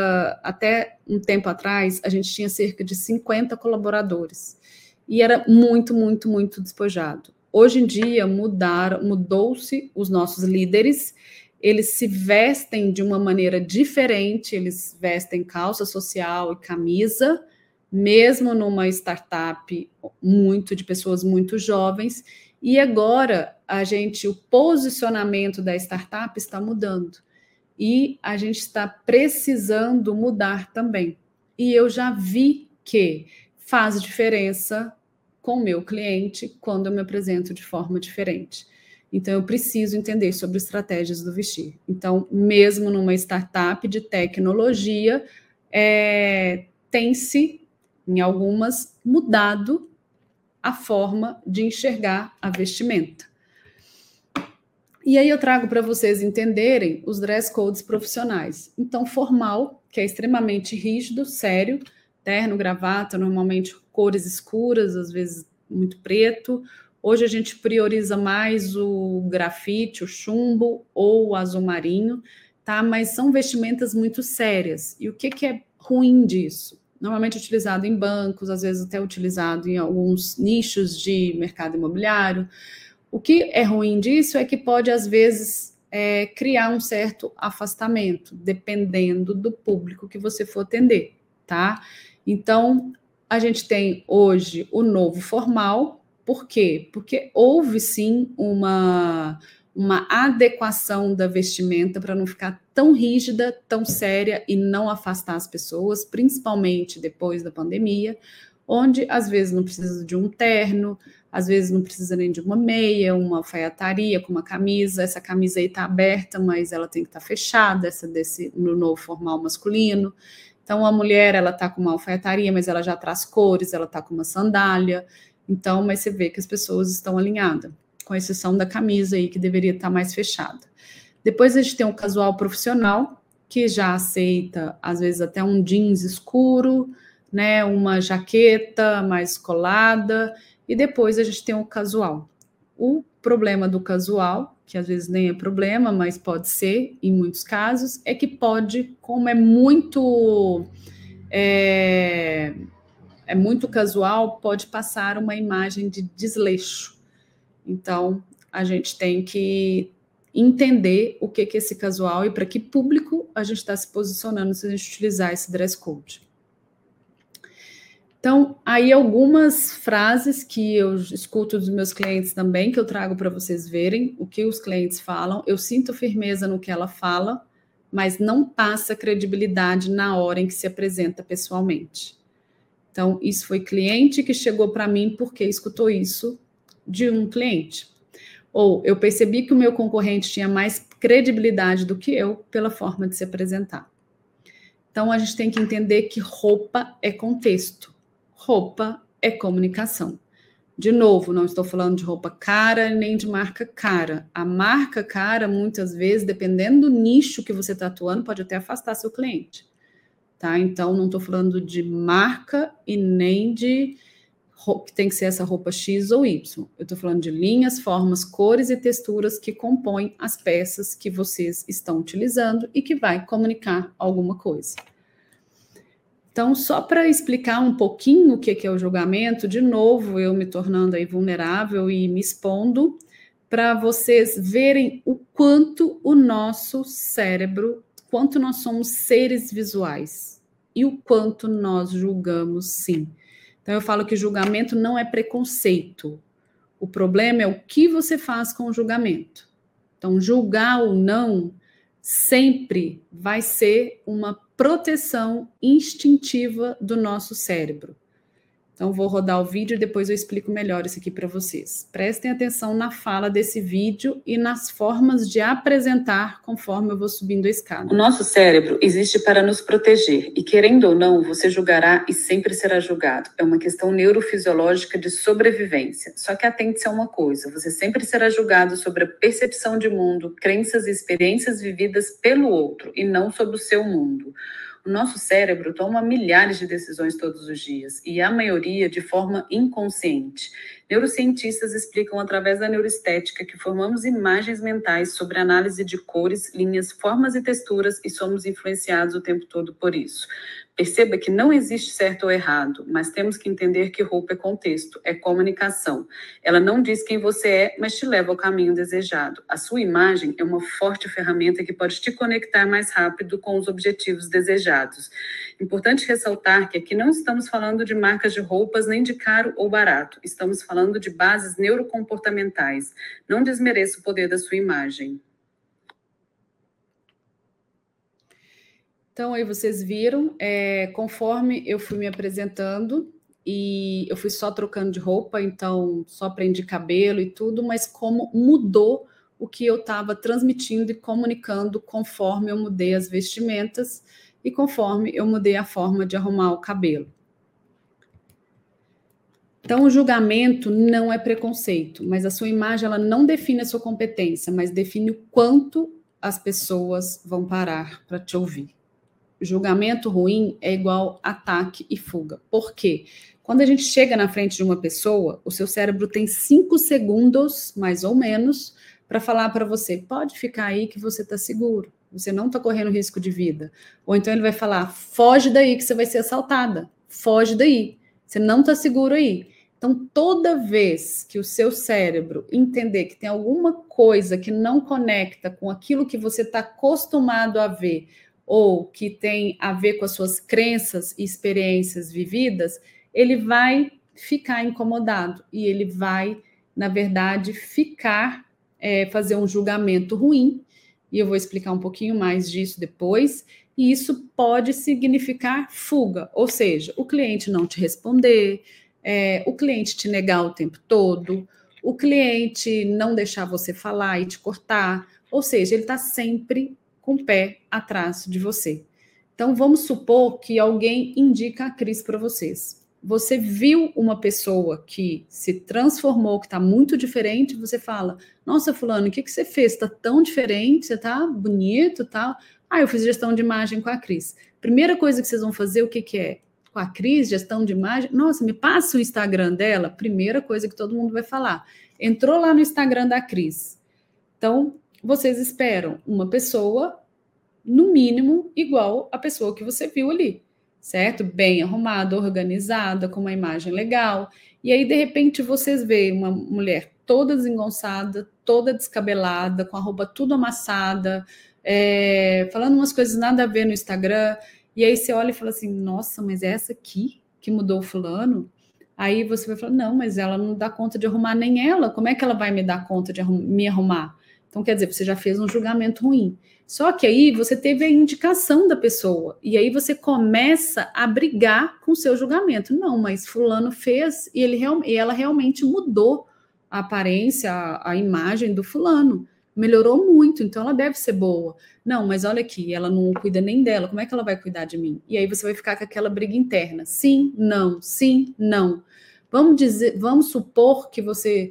até um tempo atrás, a gente tinha cerca de 50 colaboradores. E era muito, muito, muito despojado. Hoje em dia, mudou-se os nossos líderes, eles se vestem de uma maneira diferente, eles vestem calça social e camisa, mesmo numa startup de pessoas muito jovens, e agora o posicionamento da startup está mudando, e a gente está precisando mudar também. E eu já vi que faz diferença com o meu cliente quando eu me apresento de forma diferente. Então, eu preciso entender sobre estratégias do vestir. Então, mesmo numa startup de tecnologia, tem-se, em algumas, mudado a forma de enxergar a vestimenta. E aí eu trago para vocês entenderem os dress codes profissionais. Então, formal, que é extremamente rígido, sério, terno, gravata, normalmente cores escuras, às vezes muito preto. Hoje a gente prioriza mais o grafite, o chumbo ou o azul marinho, tá? Mas são vestimentas muito sérias. E o que é ruim disso? normalmente utilizado em bancos, às vezes até utilizado em alguns nichos de mercado imobiliário. O que é ruim disso é que pode, às vezes, criar um certo afastamento, dependendo do público que você for atender, tá? Então, a gente tem hoje o novo formal. Por quê? Porque houve, sim, uma adequação da vestimenta para não ficar tão rígida, tão séria e não afastar as pessoas, principalmente depois da pandemia, onde às vezes não precisa de um terno, às vezes não precisa nem de uma meia, uma alfaiataria com uma camisa. Essa camisa aí está aberta, mas ela tem que estar fechada, no novo formal masculino. Então, a mulher, ela está com uma alfaiataria, mas ela já traz cores, ela está com uma sandália. Então, mas você vê que as pessoas estão alinhadas, com exceção da camisa aí, que deveria estar mais fechada. Depois a gente tem o casual profissional, que já aceita, às vezes, até um jeans escuro, né, uma jaqueta mais colada, e depois a gente tem o casual. O problema do casual, que às vezes nem é problema, mas pode ser, em muitos casos, é que pode, como é muito casual, pode passar uma imagem de desleixo. Então, a gente tem que entender o que é esse casual e para que público a gente está se posicionando se a gente utilizar esse dress code. Então, aí algumas frases que eu escuto dos meus clientes também, que eu trago para vocês verem o que os clientes falam. Eu sinto firmeza no que ela fala, mas não passa credibilidade na hora em que se apresenta pessoalmente. Então, isso foi cliente que chegou para mim porque escutou isso de um cliente. Ou eu percebi que o meu concorrente tinha mais credibilidade do que eu pela forma de se apresentar. Então, a gente tem que entender que roupa é contexto. Roupa é comunicação. De novo, não estou falando de roupa cara nem de marca cara. A marca cara, muitas vezes, dependendo do nicho que você está atuando, pode até afastar seu cliente. Tá? Então, não estou falando de marca e nem de que tem que ser essa roupa X ou Y. Eu estou falando de linhas, formas, cores e texturas que compõem as peças que vocês estão utilizando e que vai comunicar alguma coisa. Então, só para explicar um pouquinho o que é o julgamento, de novo, eu me tornando aí vulnerável e me expondo, para vocês verem o quanto o nosso cérebro, quanto nós somos seres visuais e o quanto nós julgamos, sim. Então, eu falo que julgamento não é preconceito. O problema é o que você faz com o julgamento. Então, julgar ou não sempre vai ser uma proteção instintiva do nosso cérebro. Então, vou rodar o vídeo e depois eu explico melhor isso aqui para vocês. Prestem atenção na fala desse vídeo e nas formas de apresentar conforme eu vou subindo a escada. O nosso cérebro existe para nos proteger e, querendo ou não, você julgará e sempre será julgado. É uma questão neurofisiológica de sobrevivência. Só que atente-se a uma coisa, você sempre será julgado sobre a percepção de mundo, crenças e experiências vividas pelo outro e não sobre o seu mundo. O nosso cérebro toma milhares de decisões todos os dias, e a maioria de forma inconsciente. Neurocientistas explicam através da neuroestética que formamos imagens mentais sobre análise de cores, linhas, formas e texturas e somos influenciados o tempo todo por isso. Perceba que não existe certo ou errado, mas temos que entender que roupa é contexto, é comunicação. Ela não diz quem você é, mas te leva ao caminho desejado. A sua imagem é uma forte ferramenta que pode te conectar mais rápido com os objetivos desejados. Importante ressaltar que aqui não estamos falando de marcas de roupas nem de caro ou barato. Estamos falando de bases neurocomportamentais. Não desmereça o poder da sua imagem. Então, aí vocês viram, conforme eu fui me apresentando, e eu fui só trocando de roupa, então só prendi cabelo e tudo, mas como mudou o que eu estava transmitindo e comunicando conforme eu mudei as vestimentas e conforme eu mudei a forma de arrumar o cabelo. Então, o julgamento não é preconceito, mas a sua imagem ela não define a sua competência, mas define o quanto as pessoas vão parar para te ouvir. Julgamento ruim é igual ataque e fuga. Por quê? Quando a gente chega na frente de uma pessoa, o seu cérebro tem 5 segundos, mais ou menos, para falar para você, pode ficar aí que você está seguro. você não está correndo risco de vida. Ou então ele vai falar, foge daí que você vai ser assaltada, foge daí, você não está seguro aí. Então, toda vez que o seu cérebro entender que tem alguma coisa que não conecta com aquilo que você está acostumado a ver, ou que tem a ver com as suas crenças e experiências vividas, ele vai ficar incomodado e ele vai, na verdade, fazer um julgamento ruim, e eu vou explicar um pouquinho mais disso depois, e isso pode significar fuga, ou seja, o cliente não te responder, o cliente te negar o tempo todo, o cliente não deixar você falar e te cortar, ou seja, ele está sempre com o pé atrás de você. Então, vamos supor que alguém indica a Cris para vocês. Você viu uma pessoa que se transformou, que está muito diferente, você fala, nossa, fulano, o que você fez? Está tão diferente, você está bonito e tal. Eu fiz gestão de imagem com a Cris. Primeira coisa que vocês vão fazer, o que é? Com a Cris, gestão de imagem, nossa, me passa o Instagram dela, primeira coisa que todo mundo vai falar. Entrou lá no Instagram da Cris. Então, vocês esperam uma pessoa, no mínimo, igual a pessoa que você viu ali, certo? Bem arrumada, organizada, com uma imagem legal. E aí, de repente, vocês veem uma mulher toda desengonçada, toda descabelada, com a roupa tudo amassada, falando umas coisas nada a ver no Instagram. E aí você olha e fala assim, nossa, mas é essa aqui que mudou o fulano? Aí você vai falar, não, mas ela não dá conta de arrumar nem ela. Como é que ela vai me dar conta de me arrumar? Então, quer dizer, você já fez um julgamento ruim. Só que aí você teve a indicação da pessoa. E aí você começa a brigar com o seu julgamento. Não, mas fulano fez e ela realmente mudou a aparência, a imagem do fulano. Melhorou muito, então ela deve ser boa. Não, mas olha aqui, ela não cuida nem dela, como é que ela vai cuidar de mim? E aí você vai ficar com aquela briga interna. Sim, não, sim, não. Vamos supor que você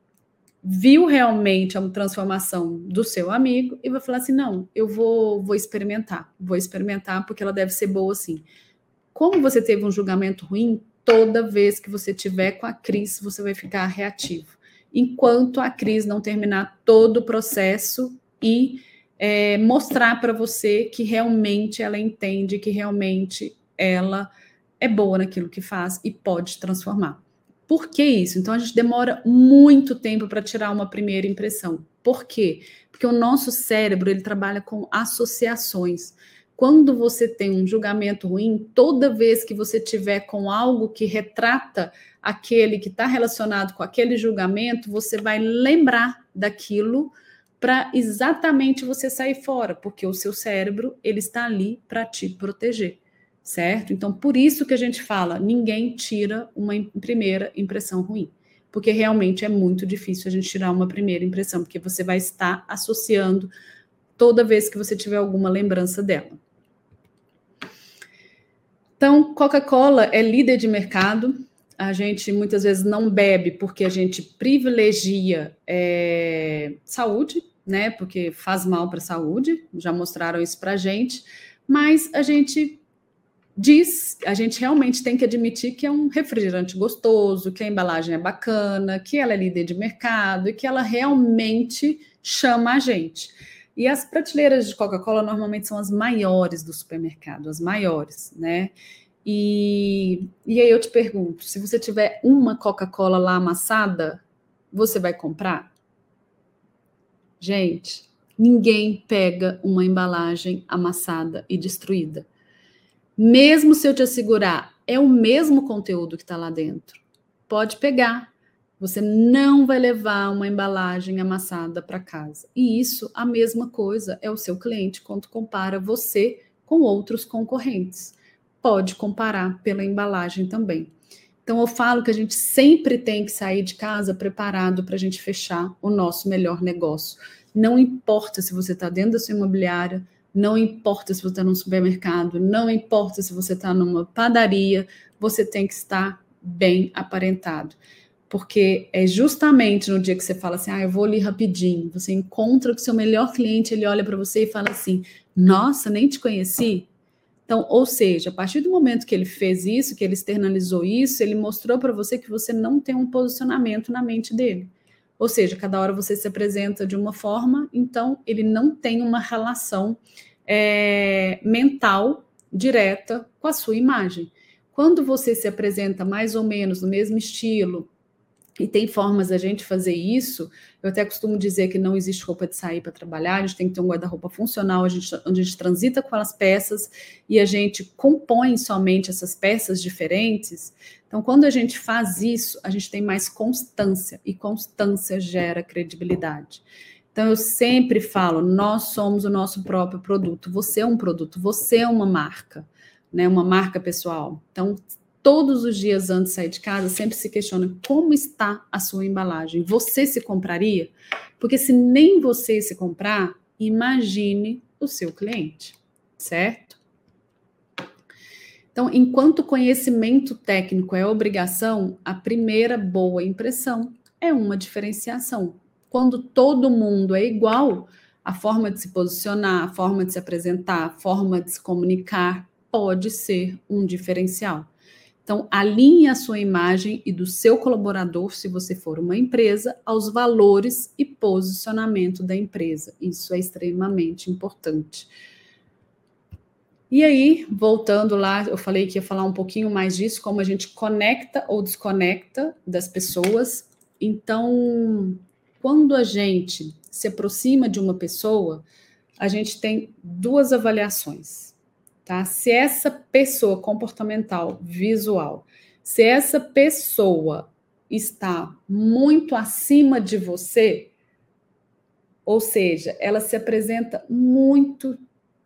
viu realmente a transformação do seu amigo e vai falar assim, não, eu vou experimentar porque ela deve ser boa assim. Como você teve um julgamento ruim, toda vez que você tiver com a Cris, você vai ficar reativo. Enquanto a Cris não terminar todo o processo e mostrar para você que realmente ela entende, que realmente ela é boa naquilo que faz e pode transformar. Por que isso? Então, a gente demora muito tempo para tirar uma primeira impressão. Por quê? Porque o nosso cérebro, ele trabalha com associações. Quando você tem um julgamento ruim, toda vez que você tiver com algo que retrata aquele que está relacionado com aquele julgamento, você vai lembrar daquilo para exatamente você sair fora, porque o seu cérebro, ele está ali para te proteger, certo? Então, por isso que a gente fala, ninguém tira uma primeira impressão ruim, porque realmente é muito difícil a gente tirar uma primeira impressão, porque você vai estar associando toda vez que você tiver alguma lembrança dela. Então, Coca-Cola é líder de mercado. A gente muitas vezes não bebe porque a gente privilegia saúde, né? Porque faz mal para a saúde, já mostraram isso para a gente, mas a gente realmente tem que admitir que é um refrigerante gostoso, que a embalagem é bacana, que ela é líder de mercado e que ela realmente chama a gente. E as prateleiras de Coca-Cola normalmente são as maiores do supermercado, as maiores, né? E aí eu te pergunto, se você tiver uma Coca-Cola lá amassada, você vai comprar? Gente, ninguém pega uma embalagem amassada e destruída. Mesmo se eu te assegurar, é o mesmo conteúdo que está lá dentro. Pode pegar. Você não vai levar uma embalagem amassada para casa. E isso, a mesma coisa, é o seu cliente quando compara você com outros concorrentes. Pode comparar pela embalagem também. Então, eu falo que a gente sempre tem que sair de casa preparado para a gente fechar o nosso melhor negócio. Não importa se você está dentro da sua imobiliária, não importa se você está num supermercado, não importa se você está numa padaria, você tem que estar bem aparentado. Porque é justamente no dia que você fala assim, eu vou ali rapidinho, você encontra com o seu melhor cliente, ele olha para você e fala assim, nossa, nem te conheci. Então, ou seja, a partir do momento que ele fez isso, que ele externalizou isso, ele mostrou para você que você não tem um posicionamento na mente dele. Ou seja, cada hora você se apresenta de uma forma, então ele não tem uma relação mental direta com a sua imagem. Quando você se apresenta mais ou menos no mesmo estilo, e tem formas da gente fazer isso, eu até costumo dizer que não existe roupa de sair para trabalhar, a gente tem que ter um guarda-roupa funcional, onde a gente transita com as peças e a gente compõe somente essas peças diferentes. Então, quando a gente faz isso, a gente tem mais constância, e constância gera credibilidade. Então, eu sempre falo, nós somos o nosso próprio produto, você é um produto, você é uma marca, né? Uma marca pessoal. Então, todos os dias antes de sair de casa, sempre se questiona como está a sua embalagem. Você se compraria? Porque se nem você se comprar, imagine o seu cliente, certo? Então, enquanto conhecimento técnico é obrigação, a primeira boa impressão é uma diferenciação. Quando todo mundo é igual, a forma de se posicionar, a forma de se apresentar, a forma de se comunicar pode ser um diferencial. Então, alinhe a sua imagem e do seu colaborador, se você for uma empresa, aos valores e posicionamento da empresa. Isso é extremamente importante. E aí, voltando lá, eu falei que ia falar um pouquinho mais disso, como a gente conecta ou desconecta das pessoas. Então, quando a gente se aproxima de uma pessoa, a gente tem duas avaliações. Tá? Se essa pessoa comportamental, visual, se essa pessoa está muito acima de você, ou seja, ela se apresenta muito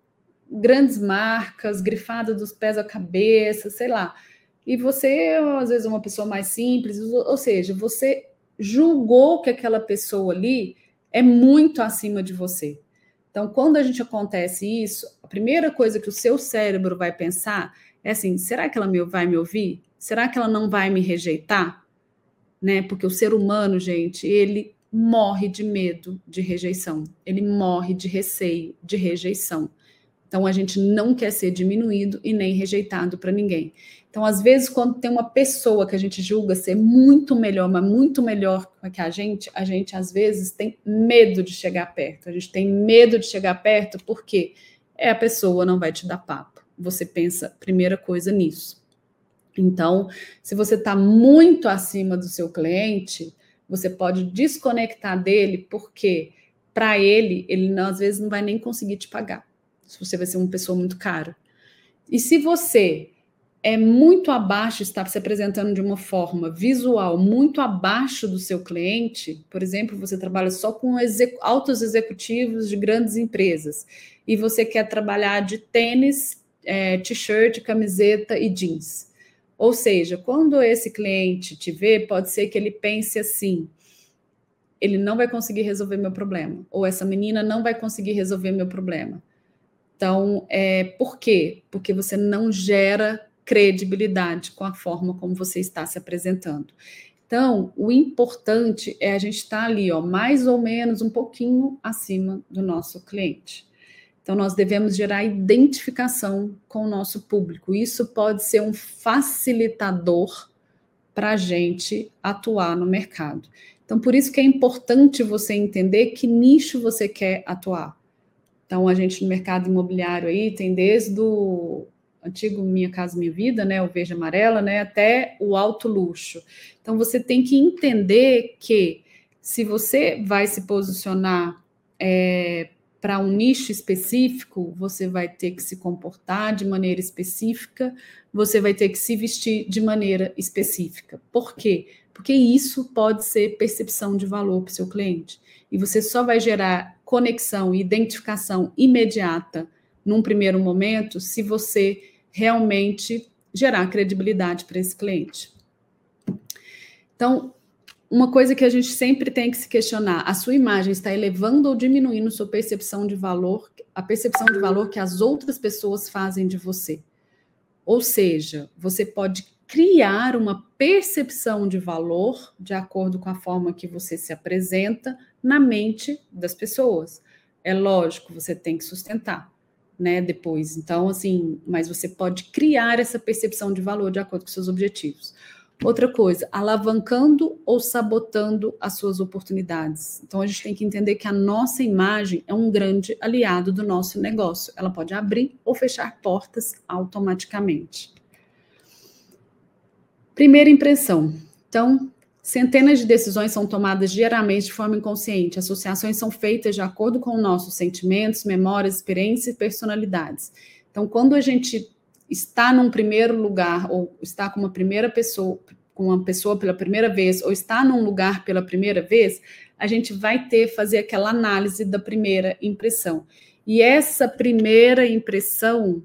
grandes marcas, grifada dos pés à cabeça, sei lá, e você, às vezes, é uma pessoa mais simples, ou seja, você julgou que aquela pessoa ali é muito acima de você. Então, quando a gente acontece isso, a primeira coisa que o seu cérebro vai pensar é assim, será que ela vai me ouvir? Será que ela não vai me rejeitar? Né? Porque o ser humano, gente, ele morre de medo de rejeição. Ele morre de receio de rejeição. Então, a gente não quer ser diminuído e nem rejeitado para ninguém. Então, às vezes, quando tem uma pessoa que a gente julga ser muito melhor, mas muito melhor que a gente, às vezes, tem medo de chegar perto. A gente tem medo de chegar perto porque a pessoa não vai te dar papo. Você pensa, primeira coisa, nisso. Então, se você está muito acima do seu cliente, você pode desconectar dele, porque para ele às vezes não vai nem conseguir te pagar. Se você vai ser uma pessoa muito cara. E se você é muito abaixo, está se apresentando de uma forma visual muito abaixo do seu cliente, por exemplo, você trabalha só com altos executivos de grandes empresas e você quer trabalhar de tênis, t-shirt, camiseta e jeans. Ou seja, quando esse cliente te vê, pode ser que ele pense assim, ele não vai conseguir resolver meu problema, ou essa menina não vai conseguir resolver meu problema. Então, por quê? Porque você não gera credibilidade com a forma como você está se apresentando. Então, o importante é a gente estar ali, mais ou menos um pouquinho acima do nosso cliente. Então, nós devemos gerar identificação com o nosso público. Isso pode ser um facilitador para a gente atuar no mercado. Então, por isso que é importante você entender que nicho você quer atuar. Então, a gente no mercado imobiliário aí tem desde o antigo Minha Casa Minha Vida, né, o verde e amarela, né, até o alto luxo. Então, você tem que entender que se você vai se posicionar para um nicho específico, você vai ter que se comportar de maneira específica, você vai ter que se vestir de maneira específica. Por quê? Porque isso pode ser percepção de valor para o seu cliente. E você só vai gerar conexão e identificação imediata num primeiro momento se você realmente gerar credibilidade para esse cliente. Então, uma coisa que a gente sempre tem que se questionar, a sua imagem está elevando ou diminuindo sua percepção de valor, a percepção de valor que as outras pessoas fazem de você. Ou seja, você pode criar uma percepção de valor de acordo com a forma que você se apresenta na mente das pessoas. É lógico, você tem que sustentar, né, depois. Então, assim, mas você pode criar essa percepção de valor de acordo com seus objetivos. Outra coisa, alavancando ou sabotando as suas oportunidades. Então, a gente tem que entender que a nossa imagem é um grande aliado do nosso negócio. Ela pode abrir ou fechar portas automaticamente. Primeira impressão. Então, centenas de decisões são tomadas diariamente de forma inconsciente. Associações são feitas de acordo com nossos sentimentos, memórias, experiências e personalidades. Então, quando a gente está num primeiro lugar, ou está com uma pessoa pela primeira vez, ou está num lugar pela primeira vez, a gente vai fazer aquela análise da primeira impressão. E essa primeira impressão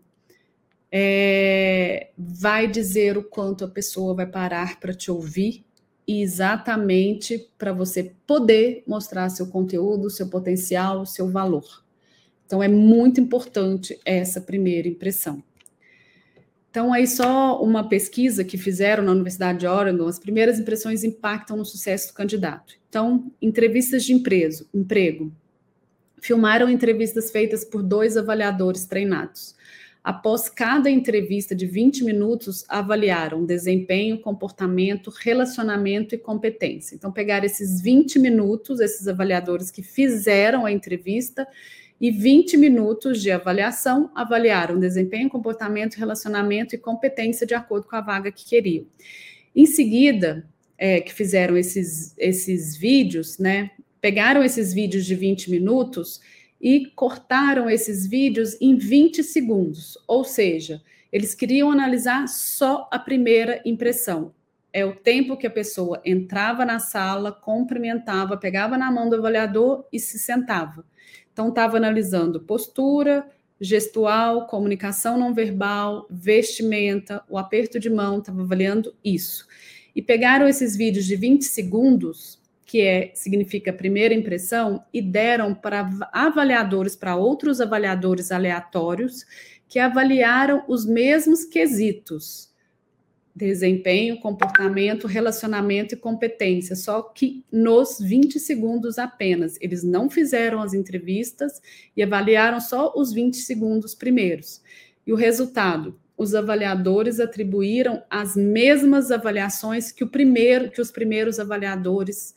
vai dizer o quanto a pessoa vai parar para te ouvir, e exatamente para você poder mostrar seu conteúdo, seu potencial, seu valor. Então, é muito importante essa primeira impressão. Então, aí só uma pesquisa que fizeram na Universidade de Oregon, as primeiras impressões impactam no sucesso do candidato. Então, entrevistas de emprego. Filmaram entrevistas feitas por 2 avaliadores treinados. Após cada entrevista de 20 minutos, avaliaram desempenho, comportamento, relacionamento e competência. Então, pegaram esses 20 minutos, esses avaliadores que fizeram a entrevista, e 20 minutos de avaliação, avaliaram desempenho, comportamento, relacionamento e competência de acordo com a vaga que queriam. Em seguida, que fizeram esses vídeos, né, pegaram esses vídeos de 20 minutos e cortaram esses vídeos em 20 segundos, ou seja, eles queriam analisar só a primeira impressão. É o tempo que a pessoa entrava na sala, cumprimentava, pegava na mão do avaliador e se sentava. Então, estava analisando postura, gestual, comunicação não verbal, vestimenta, o aperto de mão, estava avaliando isso. E pegaram esses vídeos de 20 segundos, que significa a primeira impressão, e deram para avaliadores, para outros avaliadores aleatórios, que avaliaram os mesmos quesitos. Desempenho, comportamento, relacionamento e competência, só que nos 20 segundos apenas. Eles não fizeram as entrevistas e avaliaram só os 20 segundos primeiros. E o resultado, os avaliadores atribuíram as mesmas avaliações que os primeiros avaliadores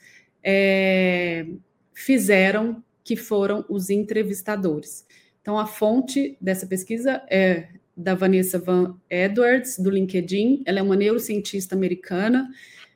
fizeram, que foram os entrevistadores. Então, a fonte dessa pesquisa é da Vanessa Van Edwards, do LinkedIn. Ela é uma neurocientista americana,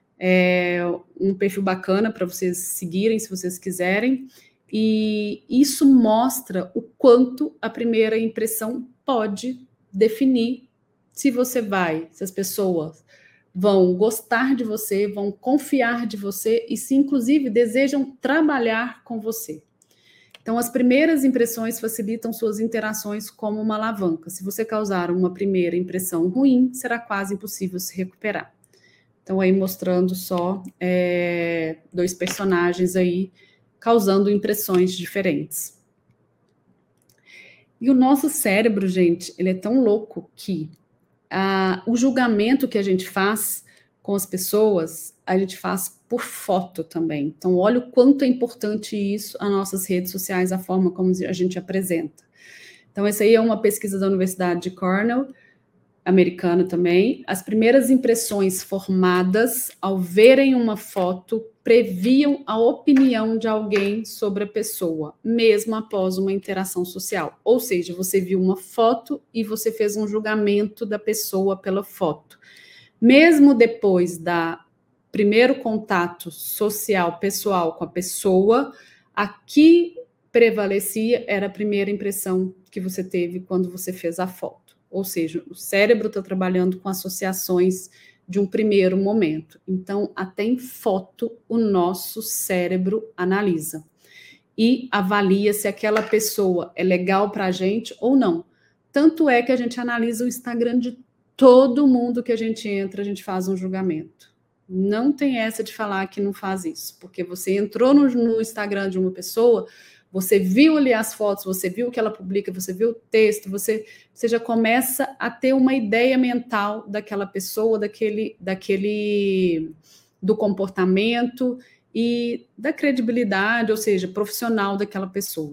um perfil bacana para vocês seguirem, se vocês quiserem, e isso mostra o quanto a primeira impressão pode definir se as pessoas vão gostar de você, vão confiar de você e se, inclusive, desejam trabalhar com você. Então, as primeiras impressões facilitam suas interações como uma alavanca. Se você causar uma primeira impressão ruim, será quase impossível se recuperar. Então, aí mostrando só 2 personagens aí causando impressões diferentes. E o nosso cérebro, gente, ele é tão louco que o julgamento que a gente faz com as pessoas, a gente faz por foto também. Então, olha o quanto é importante isso, as nossas redes sociais, a forma como a gente apresenta. Então, essa aí é uma pesquisa da Universidade de Cornell, americana também. As primeiras impressões formadas ao verem uma foto previam a opinião de alguém sobre a pessoa, mesmo após uma interação social. Ou seja, você viu uma foto e você fez um julgamento da pessoa pela foto. Mesmo depois da primeiro contato social, pessoal com a pessoa, a que prevalecia era a primeira impressão que você teve quando você fez a foto. Ou seja, o cérebro está trabalhando com associações de um primeiro momento. Então, até em foto, o nosso cérebro analisa e avalia se aquela pessoa é legal para a gente ou não. Tanto é que a gente analisa o Instagram de todo mundo que a gente entra, a gente faz um julgamento. Não tem essa de falar que não faz isso, porque você entrou no Instagram de uma pessoa, você viu ali as fotos, você viu o que ela publica, você viu o texto, você já começa a ter uma ideia mental daquela pessoa, do comportamento e da credibilidade, ou seja, profissional daquela pessoa.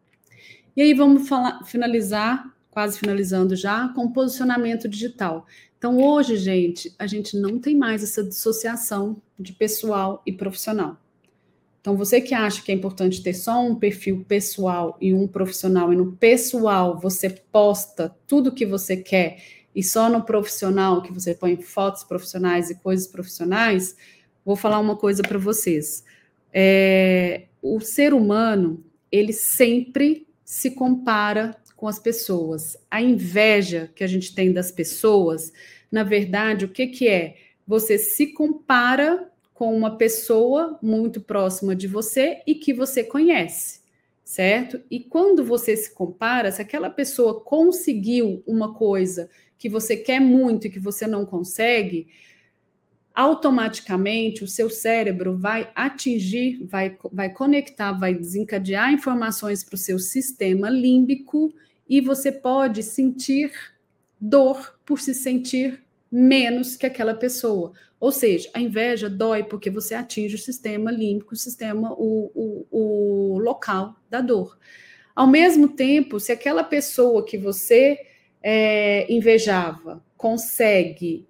E aí vamos finalizar, quase finalizando já, com posicionamento digital. Então, hoje, gente, a gente não tem mais essa dissociação de pessoal e profissional. Então, você que acha que é importante ter só um perfil pessoal e um profissional, e no pessoal você posta tudo que você quer, e só no profissional que você põe fotos profissionais e coisas profissionais, vou falar uma coisa para vocês. O ser humano, ele sempre se compara com as pessoas. A inveja que a gente tem das pessoas, na verdade, o que é? Você se compara com uma pessoa muito próxima de você e que você conhece, certo? E quando você se compara, se aquela pessoa conseguiu uma coisa que você quer muito e que você não consegue, automaticamente o seu cérebro vai atingir, vai conectar, vai desencadear informações para o seu sistema límbico e você pode sentir dor por se sentir menos que aquela pessoa. Ou seja, a inveja dói porque você atinge o sistema límbico, o local da dor. Ao mesmo tempo, se aquela pessoa que você invejava consegue,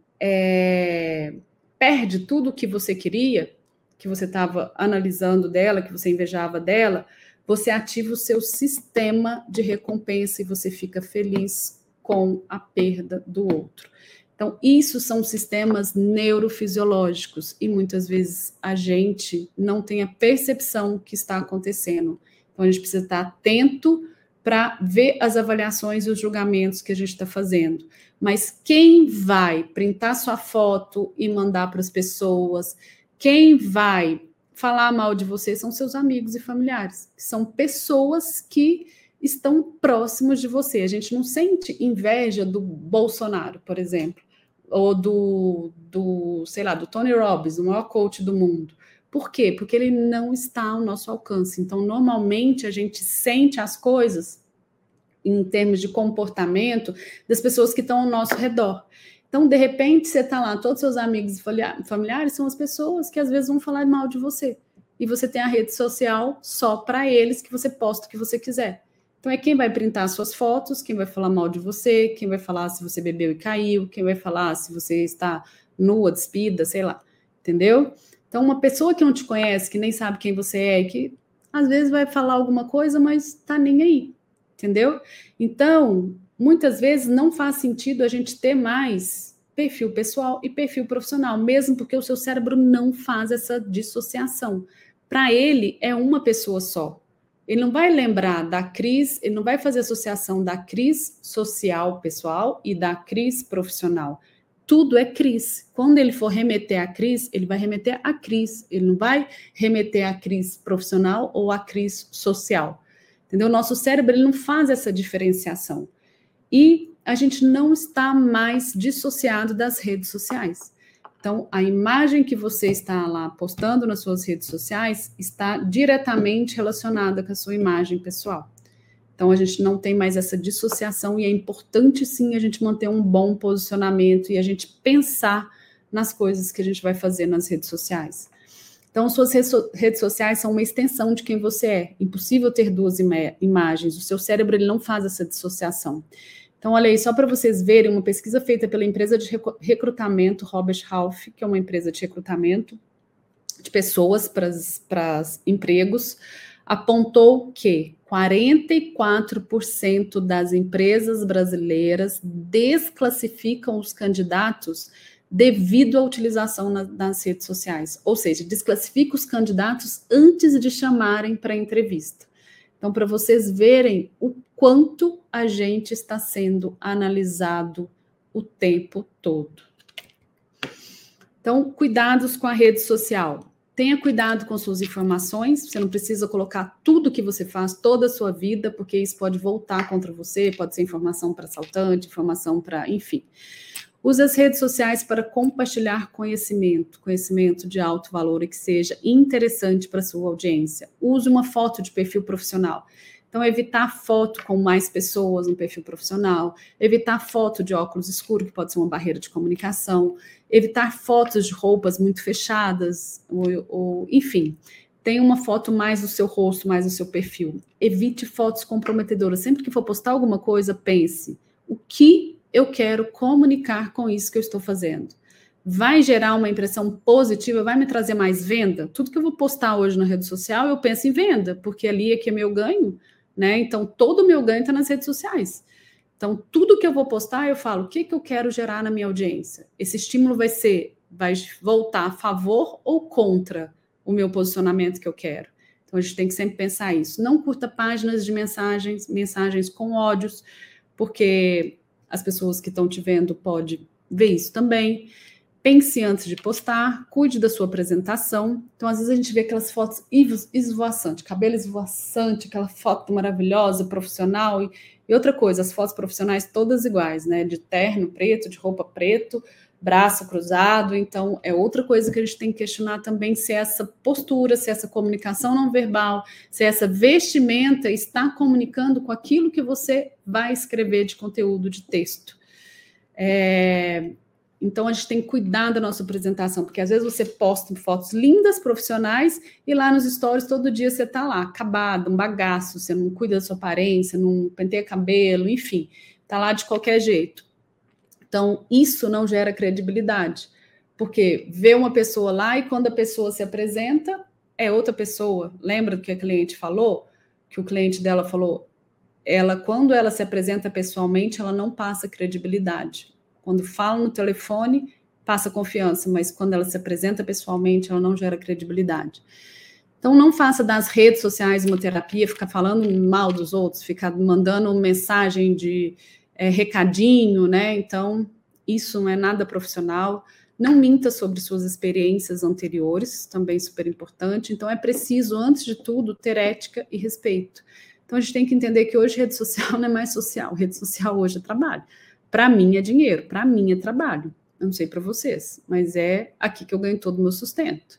perde tudo o que você queria, que você estava analisando dela, que você invejava dela, você ativa o seu sistema de recompensa e você fica feliz com a perda do outro. Então, isso são sistemas neurofisiológicos e muitas vezes a gente não tem a percepção que está acontecendo. Então, a gente precisa estar atento para ver as avaliações e os julgamentos que a gente está fazendo. Mas quem vai printar sua foto e mandar para as pessoas, quem vai falar mal de você são seus amigos e familiares, que são pessoas que estão próximos de você. A gente não sente inveja do Bolsonaro, por exemplo, ou sei lá, do Tony Robbins, o maior coach do mundo. Por quê? Porque ele não está ao nosso alcance. Então, normalmente, a gente sente as coisas em termos de comportamento das pessoas que estão ao nosso redor. Então, de repente, você está lá, todos os seus amigos e familiares são as pessoas que às vezes vão falar mal de você. E você tem a rede social só para eles, que você posta o que você quiser. Então, é quem vai printar suas fotos, quem vai falar mal de você, quem vai falar se você bebeu e caiu, quem vai falar se você está nua, despida, sei lá. Entendeu? Então, uma pessoa que não te conhece, que nem sabe quem você é, que às vezes vai falar alguma coisa, mas tá nem aí. Entendeu? Então, muitas vezes não faz sentido a gente ter mais perfil pessoal e perfil profissional, mesmo porque o seu cérebro não faz essa dissociação. Para ele, é uma pessoa só. Ele não vai lembrar da Cris, ele não vai fazer associação da Cris social, pessoal, e da Cris profissional. Tudo é Cris. Quando ele for remeter a Cris, ele vai remeter a Cris. Ele não vai remeter a Cris profissional ou a Cris social. Entendeu? O nosso cérebro ele não faz essa diferenciação. E a gente não está mais dissociado das redes sociais. Então, a imagem que você está lá postando nas suas redes sociais está diretamente relacionada com a sua imagem pessoal. Então, a gente não tem mais essa dissociação e é importante, sim, a gente manter um bom posicionamento e a gente pensar nas coisas que a gente vai fazer nas redes sociais. Então, suas redes sociais são uma extensão de quem você é. Impossível ter duas imagens. O seu cérebro ele não faz essa dissociação. Então, olha aí, só para vocês verem, uma pesquisa feita pela empresa de recrutamento Robert Half, que é uma empresa de recrutamento de pessoas para empregos, apontou que 44% das empresas brasileiras desclassificam os candidatos devido à utilização nas redes sociais. Ou seja, desclassifica os candidatos antes de chamarem para a entrevista. Então, para vocês verem o quanto a gente está sendo analisado o tempo todo. Então, cuidados com a rede social. Tenha cuidado com suas informações, você não precisa colocar tudo que você faz, toda a sua vida, porque isso pode voltar contra você, pode ser informação para assaltante, informação para, enfim. Use as redes sociais para compartilhar conhecimento de alto valor e que seja interessante para a sua audiência. Use uma foto de perfil profissional. Então, evitar foto com mais pessoas no perfil profissional, evitar foto de óculos escuros, que pode ser uma barreira de comunicação, evitar fotos de roupas muito fechadas, enfim, tem uma foto mais do seu rosto, mais do seu perfil. Evite fotos comprometedoras. Sempre que for postar alguma coisa, pense, o que eu quero comunicar com isso que eu estou fazendo? Vai gerar uma impressão positiva? Vai me trazer mais venda? Tudo que eu vou postar hoje na rede social, eu penso em venda, porque ali é que é meu ganho, né? Então, todo o meu ganho está nas redes sociais. Então, tudo que eu vou postar, eu falo, o que eu quero gerar na minha audiência? Esse estímulo vai voltar a favor ou contra o meu posicionamento que eu quero? Então, a gente tem que sempre pensar isso. Não curta páginas de mensagens com ódios, porque as pessoas que estão te vendo podem ver isso também. Pense antes de postar, cuide da sua apresentação. Então, às vezes a gente vê aquelas fotos esvoaçantes, cabelo esvoaçante, aquela foto maravilhosa, profissional. E outra coisa, as fotos profissionais todas iguais, né? De terno preto, de roupa preto, braço cruzado. Então, é outra coisa que a gente tem que questionar também, se essa postura, se essa comunicação não verbal, se essa vestimenta está comunicando com aquilo que você vai escrever de conteúdo de texto. Então, a gente tem que cuidar da nossa apresentação, porque às vezes você posta fotos lindas, profissionais, e lá nos stories todo dia você está lá, acabado, um bagaço, você não cuida da sua aparência, não penteia cabelo, enfim, está lá de qualquer jeito. Então, isso não gera credibilidade, porque vê uma pessoa lá e quando a pessoa se apresenta, é outra pessoa. Lembra do que a cliente falou? Que o cliente dela falou? Quando ela se apresenta pessoalmente, ela não passa credibilidade. Quando fala no telefone, passa confiança, mas quando ela se apresenta pessoalmente, ela não gera credibilidade. Então, não faça das redes sociais uma terapia, ficar falando mal dos outros, ficar mandando mensagem de recadinho, né? Então, isso não é nada profissional. Não minta sobre suas experiências anteriores, também super importante. Então, é preciso, antes de tudo, ter ética e respeito. Então, a gente tem que entender que hoje rede social não é mais social. Rede social hoje é trabalho. Para mim é dinheiro, para mim é trabalho. Eu não sei para vocês, mas é aqui que eu ganho todo o meu sustento.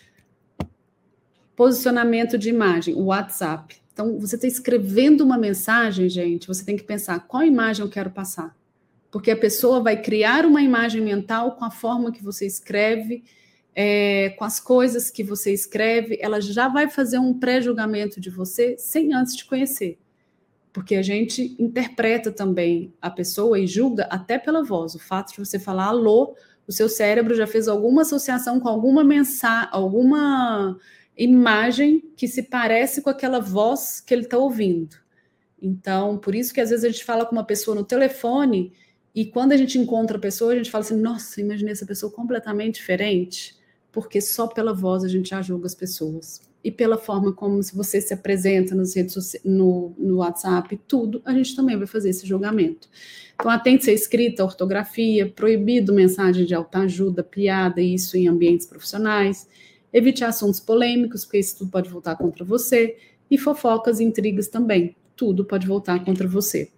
Posicionamento de imagem, o WhatsApp. Então, você está escrevendo uma mensagem, gente, você tem que pensar qual imagem eu quero passar. Porque a pessoa vai criar uma imagem mental com a forma que você escreve, com as coisas que você escreve, ela já vai fazer um pré-julgamento de você sem antes te conhecer. Porque a gente interpreta também a pessoa e julga até pela voz. O fato de você falar alô, o seu cérebro já fez alguma associação com alguma mensagem, alguma imagem que se parece com aquela voz que ele está ouvindo. Então, por isso que às vezes a gente fala com uma pessoa no telefone e quando a gente encontra a pessoa, a gente fala assim, nossa, imaginei essa pessoa completamente diferente, porque só pela voz a gente já julga as pessoas. E pela forma como se você se apresenta nas redes sociais, no WhatsApp, tudo, a gente também vai fazer esse julgamento. Então, atente-se à escrita, à ortografia, proibido mensagem de autoajuda, piada, isso em ambientes profissionais. Evite assuntos polêmicos, porque isso tudo pode voltar contra você. E fofocas e intrigas também, tudo pode voltar contra você.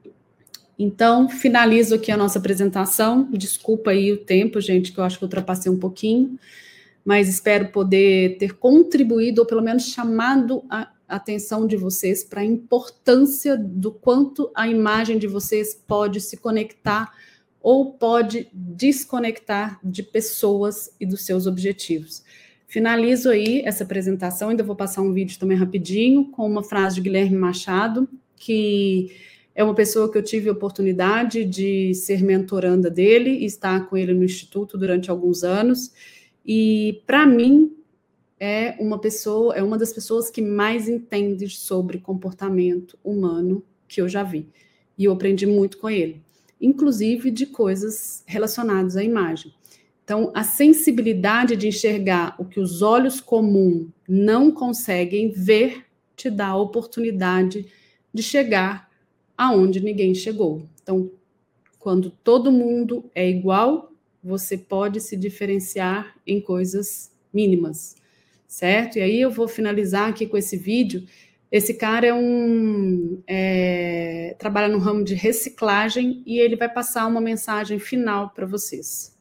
Então, finalizo aqui a nossa apresentação. Desculpa aí o tempo, gente, que eu acho que eu ultrapassei um pouquinho. Mas espero poder ter contribuído, ou pelo menos chamado a atenção de vocês para a importância do quanto a imagem de vocês pode se conectar ou pode desconectar de pessoas e dos seus objetivos. Finalizo aí essa apresentação, ainda vou passar um vídeo também rapidinho, com uma frase de Guilherme Machado, que é uma pessoa que eu tive a oportunidade de ser mentoranda dele e estar com ele no Instituto durante alguns anos. E, para mim, é uma das pessoas que mais entende sobre comportamento humano que eu já vi. E eu aprendi muito com ele, inclusive de coisas relacionadas à imagem. Então, a sensibilidade de enxergar o que os olhos comuns não conseguem ver te dá a oportunidade de chegar aonde ninguém chegou. Então, quando todo mundo é igual, você pode se diferenciar em coisas mínimas, certo? E aí eu vou finalizar aqui com esse vídeo. Esse cara trabalha no ramo de reciclagem e ele vai passar uma mensagem final para vocês.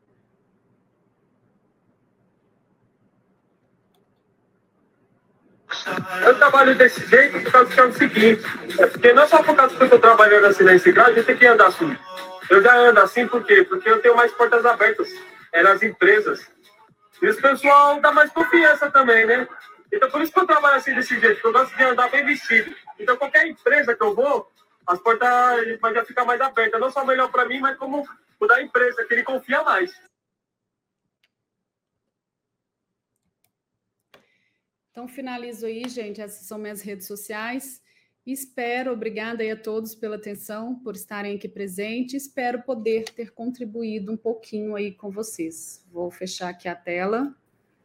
Eu trabalho desse jeito por causa que é o seguinte, porque não só por causa que eu estou trabalhando assim na reciclagem, eu tenho que andar assim. Eu já ando assim por quê? Porque eu tenho mais portas abertas nas empresas. E o pessoal dá mais confiança também, né? Então por isso que eu trabalho assim desse jeito, porque eu gosto de andar bem vestido. Então qualquer empresa que eu vou, as portas vai já ficar mais abertas. Não só melhor para mim, mas como o da empresa, que ele confia mais. Então, finalizo aí, gente. Essas são minhas redes sociais. Espero, obrigada aí a todos pela atenção, por estarem aqui presentes. Espero poder ter contribuído um pouquinho aí com vocês. Vou fechar aqui a tela.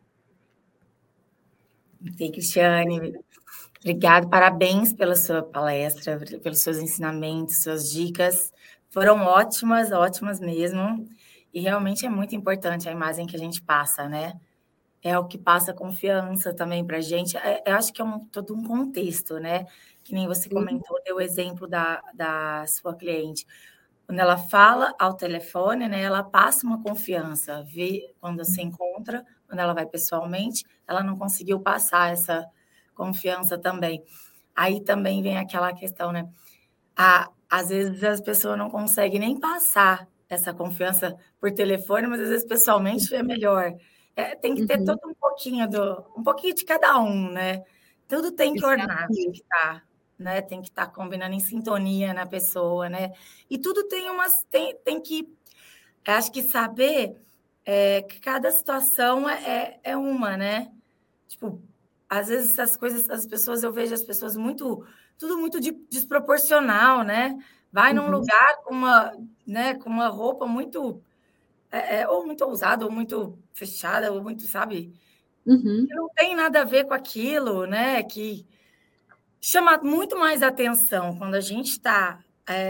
Sim, Cristiane, obrigado, parabéns pela sua palestra, pelos seus ensinamentos, suas dicas. Foram ótimas, ótimas mesmo. E realmente é muito importante a imagem que a gente passa, né? É o que passa confiança também para a gente. Eu acho que é todo um contexto, né? Que nem você comentou, deu o exemplo da sua cliente. Quando ela fala ao telefone, né, ela passa uma confiança. Vê quando se encontra, quando ela vai pessoalmente, ela não conseguiu passar essa confiança também. Aí também vem aquela questão, né? Às vezes as pessoas não conseguem nem passar essa confiança por telefone, mas às vezes pessoalmente é melhor. Tem que ter todo um pouquinho de cada um, né? Tudo tem que ornar, tem que estar, né? Tem que estar combinando em sintonia na pessoa, né? E tudo tem que, acho que saber que cada situação é uma, né? Tipo, às vezes as pessoas, eu vejo as pessoas tudo muito desproporcional, né? Vai num lugar com uma roupa muito ou muito ousada, ou muito fechada, ou muito, sabe? Que não tem nada a ver com aquilo, né? Que chama muito mais atenção quando a gente está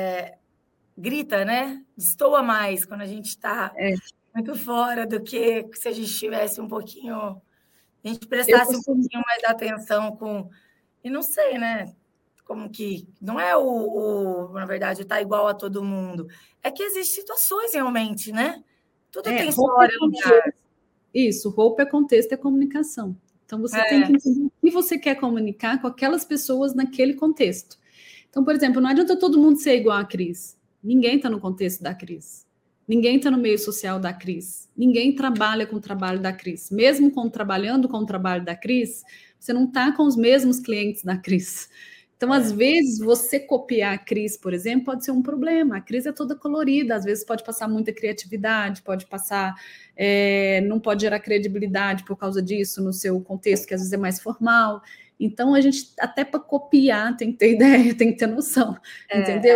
grita, né? Destoa mais quando a gente está muito fora do que se a gente tivesse um pouquinho, a gente prestasse um pouquinho mais de atenção com... E não sei, né? Como que... Não é na verdade, tá igual a todo mundo. É que existem situações realmente, né? Tudo tem história, lugar. Isso, roupa é contexto, é comunicação. Então, você tem que entender o que você quer comunicar com aquelas pessoas naquele contexto. Então, por exemplo, não adianta todo mundo ser igual a Cris. Ninguém está no contexto da Cris. Ninguém está no meio social da Cris. Ninguém trabalha com o trabalho da Cris. Mesmo trabalhando com o trabalho da Cris, você não está com os mesmos clientes da Cris. Então, às vezes, você copiar a Cris, por exemplo, pode ser um problema. A Cris é toda colorida, às vezes pode passar muita criatividade, pode passar... não pode gerar credibilidade por causa disso no seu contexto, que às vezes é mais formal. Então, a gente, até para copiar, tem que ter ideia, tem que ter noção, entendeu?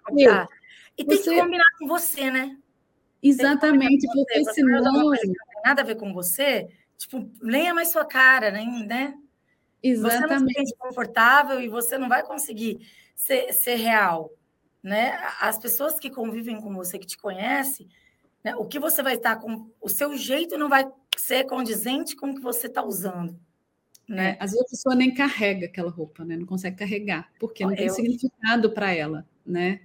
E tem que combinar com você, né? Exatamente, porque senão... Não tem nada a ver com você, tipo, nem é mais sua cara, né? Exatamente. Você não se sente confortável e você não vai conseguir ser real, né? As pessoas que convivem com você, que te conhecem, né, o que você vai estar com... O seu jeito não vai ser condizente com o que você está usando, né? Às vezes a pessoa nem carrega aquela roupa, né? Não consegue carregar, porque não tem significado para ela, né?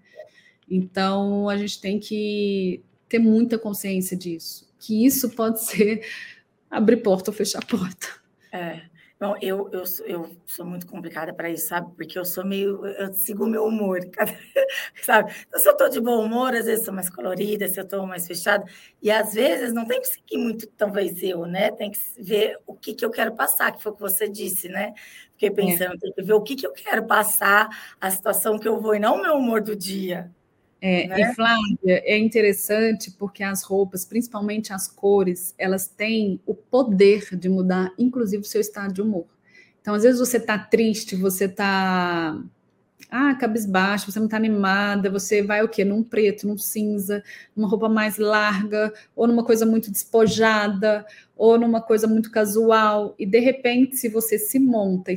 Então, a gente tem que ter muita consciência disso, que isso pode ser abrir porta ou fechar porta. Bom, eu sou muito complicada para isso, sabe? Porque eu sigo o meu humor, sabe? Então, se eu estou de bom humor, às vezes sou mais colorida, se eu estou mais fechada, e às vezes não tem que seguir muito, talvez né? Tem que ver o que eu quero passar, que foi o que você disse, né? Fiquei pensando, tem que ver o que eu quero passar, a situação que eu vou, e não o meu humor do dia. Né? E, Flávia, é interessante porque as roupas, principalmente as cores, elas têm o poder de mudar, inclusive, o seu estado de humor. Então, às vezes você está triste, você está cabisbaixo, você não está animada, você vai o quê? Num preto, num cinza, numa roupa mais larga, ou numa coisa muito despojada, ou numa coisa muito casual, e de repente, se você se monta e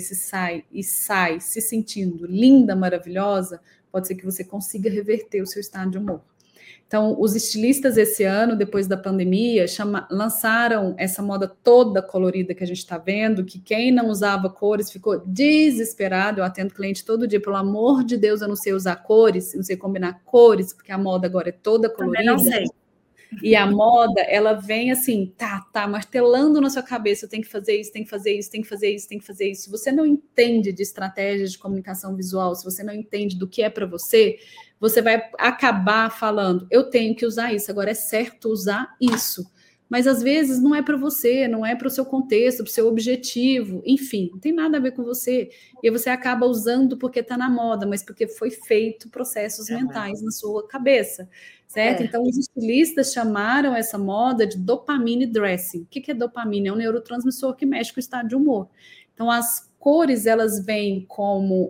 sai se sentindo linda, maravilhosa, pode ser que você consiga reverter o seu estado de humor. Então, os estilistas esse ano, depois da pandemia, lançaram essa moda toda colorida que a gente está vendo, que quem não usava cores ficou desesperado. Eu atendo cliente todo dia, pelo amor de Deus, eu não sei usar cores, não sei combinar cores, porque a moda agora é toda colorida. Eu não sei. E a moda, ela vem assim, martelando na sua cabeça, eu tenho que fazer isso, tem que fazer isso, tem que fazer isso, tem que fazer isso. Se você não entende de estratégias de comunicação visual, se você não entende do que é para você vai acabar falando, eu tenho que usar isso, agora é certo usar isso. mas às vezes não é para você, não é para o seu contexto, para o seu objetivo, enfim, não tem nada a ver com você. E você acaba usando porque está na moda, mas porque foi feito processos mentais na sua cabeça, certo? Então, os estilistas chamaram essa moda de dopamine dressing. O que é dopamina? É um neurotransmissor que mexe com o estado de humor. Então, as cores, elas vêm como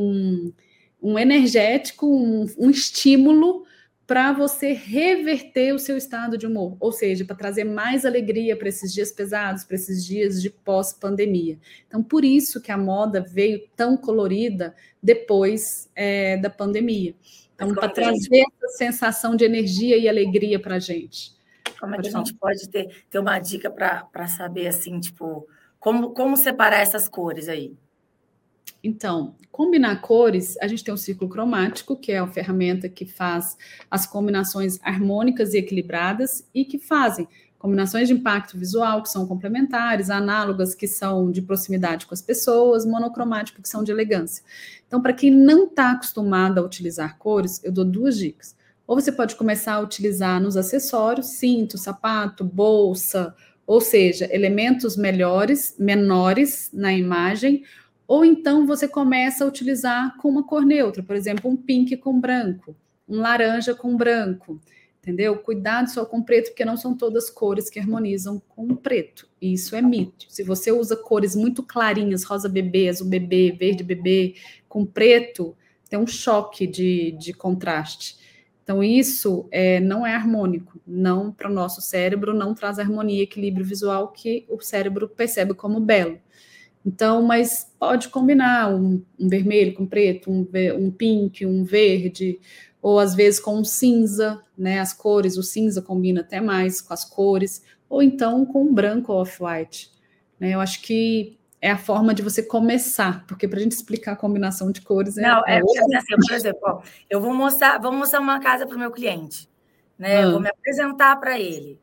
um energético, um estímulo para você reverter o seu estado de humor, ou seja, para trazer mais alegria para esses dias pesados, para esses dias de pós-pandemia. Então, por isso que a moda veio tão colorida depois da pandemia. Então, para trazer essa sensação de energia e alegria para a gente. Como é que a gente pode ter uma dica para saber, assim, tipo, como separar essas cores aí? Então, combinar cores, a gente tem o círculo cromático, que é a ferramenta que faz as combinações harmônicas e equilibradas e que fazem combinações de impacto visual, que são complementares, análogas, que são de proximidade com as pessoas, monocromático, que são de elegância. Então, para quem não está acostumado a utilizar cores, eu dou 2 dicas. Ou você pode começar a utilizar nos acessórios, cinto, sapato, bolsa, ou seja, elementos menores na imagem, ou então você começa a utilizar com uma cor neutra, por exemplo, um pink com branco, um laranja com branco, entendeu? Cuidado só com preto, porque não são todas cores que harmonizam com o preto. Isso é mito. Se você usa cores muito clarinhas, rosa bebê, azul bebê, verde bebê, com preto, tem um choque de contraste. Então, isso não é harmônico. Não, para o nosso cérebro, não traz harmonia e equilíbrio visual que o cérebro percebe como belo. Então, mas pode combinar um vermelho com preto, um pink, um verde, ou às vezes com um cinza, né? As cores, o cinza combina até mais com as cores, ou então com um branco off-white. Né? Eu acho que é a forma de você começar, porque para a gente explicar a combinação de cores... Não, assim, por exemplo, ó, eu vou mostrar uma casa para o meu cliente, né? Eu vou me apresentar para ele.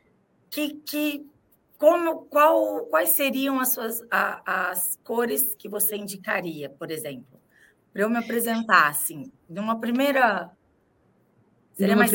Quais seriam as cores que você indicaria, por exemplo? Para eu me apresentar, assim, numa primeira... Seria mais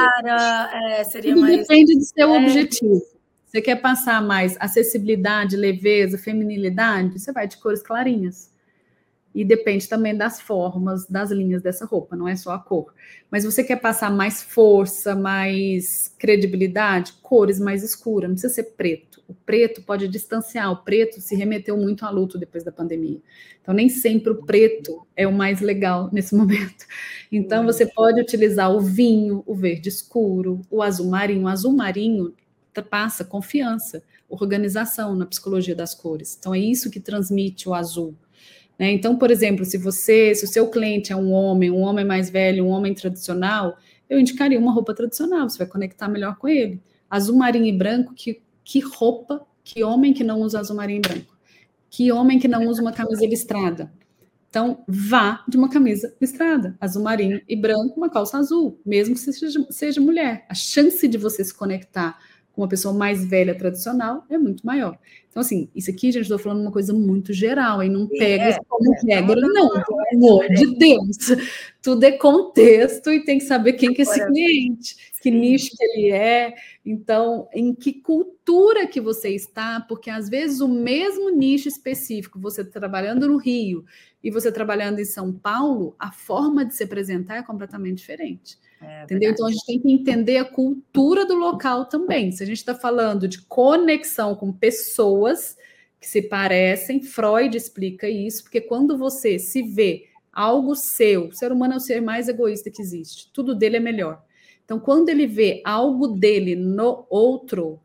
clara? Seria mais... Depende do seu objetivo. Você quer passar mais acessibilidade, leveza, feminilidade? Você vai de cores clarinhas. E depende também das formas, das linhas dessa roupa, não é só a cor. Mas você quer passar mais força, mais credibilidade? Cores mais escuras, não precisa ser preto. O preto pode distanciar, o preto se remeteu muito a luto depois da pandemia. Então, nem sempre o preto é o mais legal nesse momento. Então, você pode utilizar o vinho, o verde escuro, o azul marinho. O azul marinho passa confiança, organização na psicologia das cores. Então, é isso que transmite o azul. Né? Então, por exemplo, se o seu cliente é um homem mais velho, um homem tradicional, eu indicaria uma roupa tradicional, você vai conectar melhor com ele. Azul marinho e branco, que roupa, que homem que não usa azul marinho e branco? Que homem que não usa uma camisa listrada? Então, vá de uma camisa listrada, azul marinho e branco, uma calça azul, mesmo que você seja mulher. A chance de você se conectar com uma pessoa mais velha, tradicional, é muito maior. Então, assim, isso aqui, gente, estou falando uma coisa muito geral, aí não pega isso como regra, não, pelo amor de Deus. Tudo é contexto e tem que saber quem que é esse cliente, que nicho que ele é, então, em que cultura que você está, porque às vezes o mesmo nicho específico, você trabalhando no Rio e você trabalhando em São Paulo, a forma de se apresentar é completamente diferente. Entendeu? Então, a gente tem que entender a cultura do local também. Se a gente está falando de conexão com pessoas que se parecem, Freud explica isso, porque quando você se vê algo seu, o ser humano é o ser mais egoísta que existe, tudo dele é melhor. Então, quando ele vê algo dele no outro,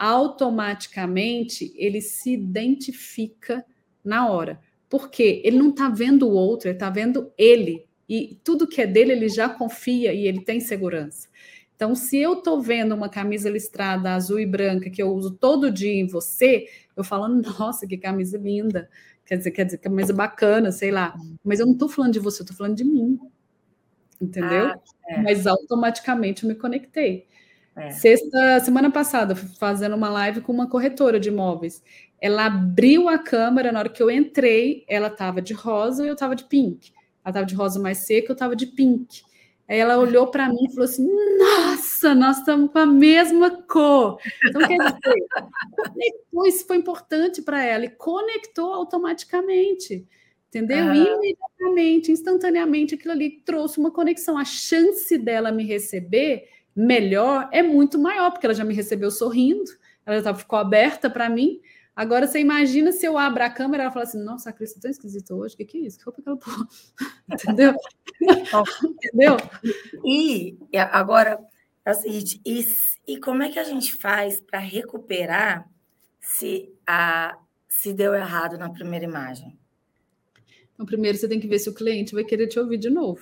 automaticamente ele se identifica na hora. Porque ele não está vendo o outro, ele está vendo ele. E tudo que é dele, ele já confia e ele tem segurança. Então, se eu estou vendo uma camisa listrada azul e branca que eu uso todo dia em você, eu falo, nossa, que camisa linda. Quer dizer, camisa bacana, sei lá. Mas eu não estou falando de você, eu estou falando de mim. Entendeu? Mas automaticamente eu me conectei. Semana passada, fazendo uma live com uma corretora de imóveis. Ela abriu a câmera, na hora que eu entrei, ela estava de rosa e eu estava de pink. Ela estava de rosa mais seca, eu estava de pink. Aí ela olhou para mim e falou assim, nossa, nós estamos com a mesma cor. Então, quer dizer, conectou, isso foi importante para ela, e conectou automaticamente, entendeu? Imediatamente, instantaneamente, aquilo ali trouxe uma conexão. A chance dela me receber melhor é muito maior, porque ela já me recebeu sorrindo, ela já ficou aberta para mim. Agora, você imagina se eu abro a câmera e ela fala assim, nossa, a Cris tá tão esquisita hoje, o que é isso? Que roupa que ela pôs? Entendeu? Entendeu? E agora, é o seguinte, e como é que a gente faz para recuperar se deu errado na primeira imagem? Então, primeiro você tem que ver se o cliente vai querer te ouvir de novo.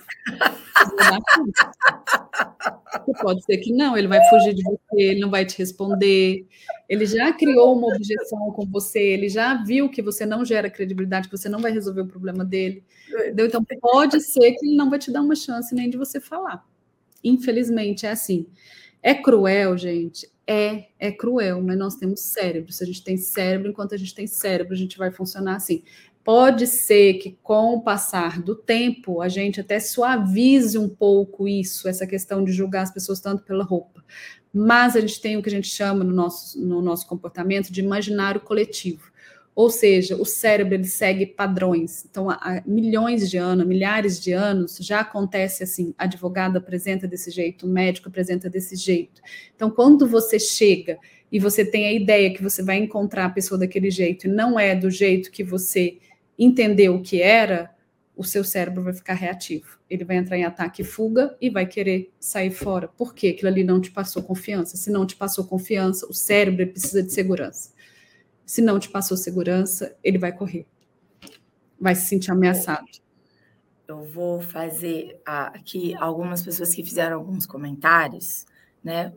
Pode ser que não, ele vai fugir de você, ele não vai te responder, ele já criou uma objeção com você, ele já viu que você não gera credibilidade, que você não vai resolver o problema dele, entendeu? Então pode ser que ele não vai te dar uma chance nem de você falar. Infelizmente é assim. É cruel, gente? É cruel, mas nós temos cérebro. Se a gente tem cérebro, enquanto a gente tem cérebro, a gente vai funcionar assim. Pode ser que com o passar do tempo a gente até suavize um pouco isso, essa questão de julgar as pessoas tanto pela roupa. Mas a gente tem o que a gente chama no nosso comportamento de imaginário coletivo. Ou seja, o cérebro ele segue padrões. Então, há milhões de anos, milhares de anos, já acontece assim, advogado apresenta desse jeito, o médico apresenta desse jeito. Então, quando você chega e você tem a ideia que você vai encontrar a pessoa daquele jeito e não é do jeito que você entendeu o que era, o seu cérebro vai ficar reativo. Ele vai entrar em ataque e fuga e vai querer sair fora. Por quê? Aquilo ali não te passou confiança. Se não te passou confiança, o cérebro precisa de segurança. Se não te passou segurança, ele vai correr. Vai se sentir ameaçado. Eu vou fazer aqui algumas pessoas que fizeram alguns comentários, né?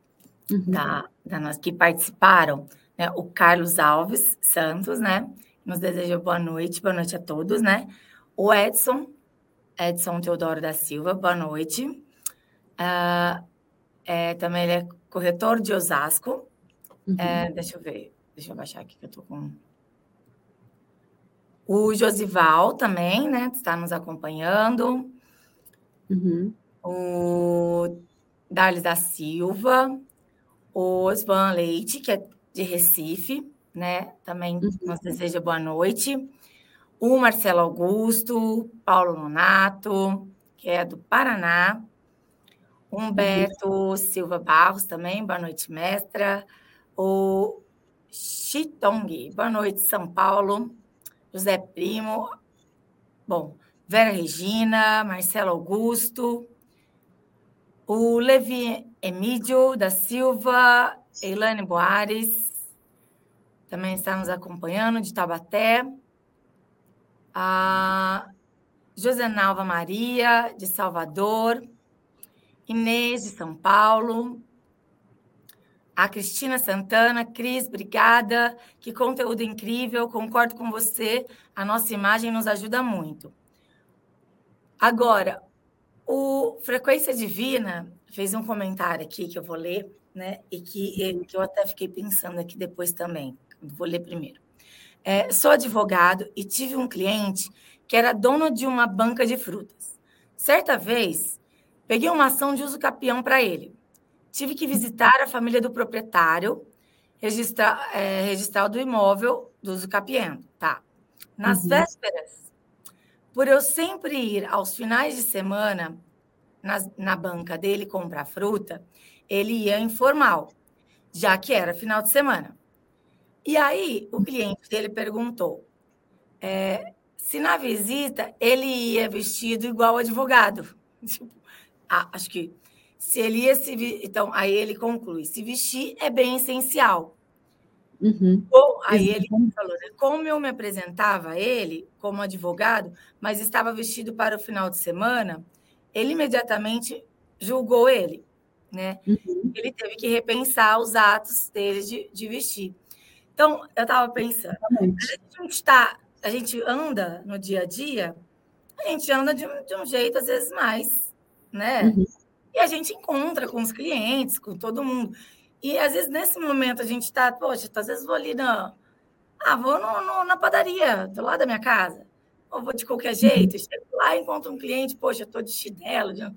Que participaram, né? O Carlos Alves Santos, né? Nos deseja boa noite a todos, né? O Edson Teodoro da Silva, boa noite. Também ele é corretor de Osasco. Deixa eu ver, deixa eu baixar aqui que eu tô com... O Josival também, né? Está nos acompanhando. O Darlis da Silva. O Osvan Leite, que é de Recife, né? Também nos deseja boa noite. O Marcelo Augusto, Paulo Nonato, que é do Paraná. Humberto Silva Barros também, boa noite, mestra. O Chitong, boa noite, São Paulo. José Primo, bom, Vera Regina, Marcelo Augusto, o Levi Emídio da Silva, Eilane Boares, também está nos acompanhando, de Taubaté, a Josenalva Maria, de Salvador, Inês, de São Paulo, a Cristina Santana. Cris, obrigada, que conteúdo incrível, concordo com você, a nossa imagem nos ajuda muito. Agora, o Frequência Divina fez um comentário aqui que eu vou ler, né? E que eu até fiquei pensando aqui depois também. Vou ler primeiro. Sou advogado e tive um cliente que era dono de uma banca de frutas. Certa vez, peguei uma ação de uso capião para ele. Tive que visitar a família do proprietário, registrar do imóvel do uso capião. Tá. Nas vésperas, por eu sempre ir aos finais de semana na banca dele comprar fruta, ele ia informal, já que era final de semana. E aí, o cliente dele perguntou se na visita ele ia vestido igual advogado. Tipo, acho que se ele ia se vestir... Então, aí ele conclui, se vestir é bem essencial. Bom, aí ele falou, como eu me apresentava a ele como advogado, mas estava vestido para o final de semana, ele imediatamente julgou ele, né? Ele teve que repensar os atos dele de vestir. Então, eu estava pensando, a gente anda no dia a dia, a gente anda de um jeito, às vezes, mais, né? E a gente encontra com os clientes, com todo mundo. E, às vezes, nesse momento, a gente está, poxa, às vezes vou ali vou na padaria do lado da minha casa, ou vou de qualquer jeito, chego lá e encontro um cliente, poxa, estou de chinelo,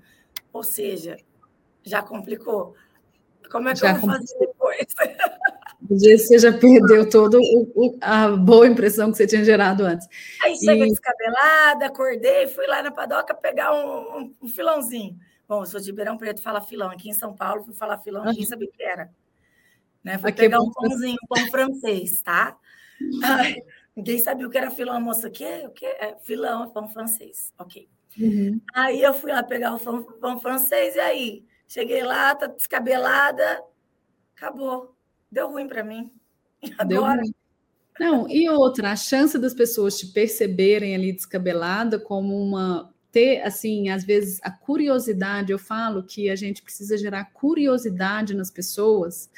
Ou seja, já complicou. Como é que Já eu vou fazer depois? Às vezes você já perdeu toda a boa impressão que você tinha gerado antes. Aí chega descabelada, acordei, fui lá na padoca pegar um filãozinho. Bom, eu sou de Ribeirão Preto, fala filão. Aqui em São Paulo, fui falar filão, ninguém sabia o que era. Né? Fui Aqui pegar um pãozinho, pão francês, tá? Ai, ninguém sabia o que era filão. A moça, o quê? O quê? Filão, é pão francês. Ok. Uhum. Aí eu fui lá pegar o pão francês e aí cheguei lá, tá descabelada, acabou. Deu ruim para mim. E agora? Não, e outra, a chance das pessoas te perceberem ali descabelada como ter, assim, às vezes a curiosidade, eu falo que a gente precisa gerar curiosidade nas pessoas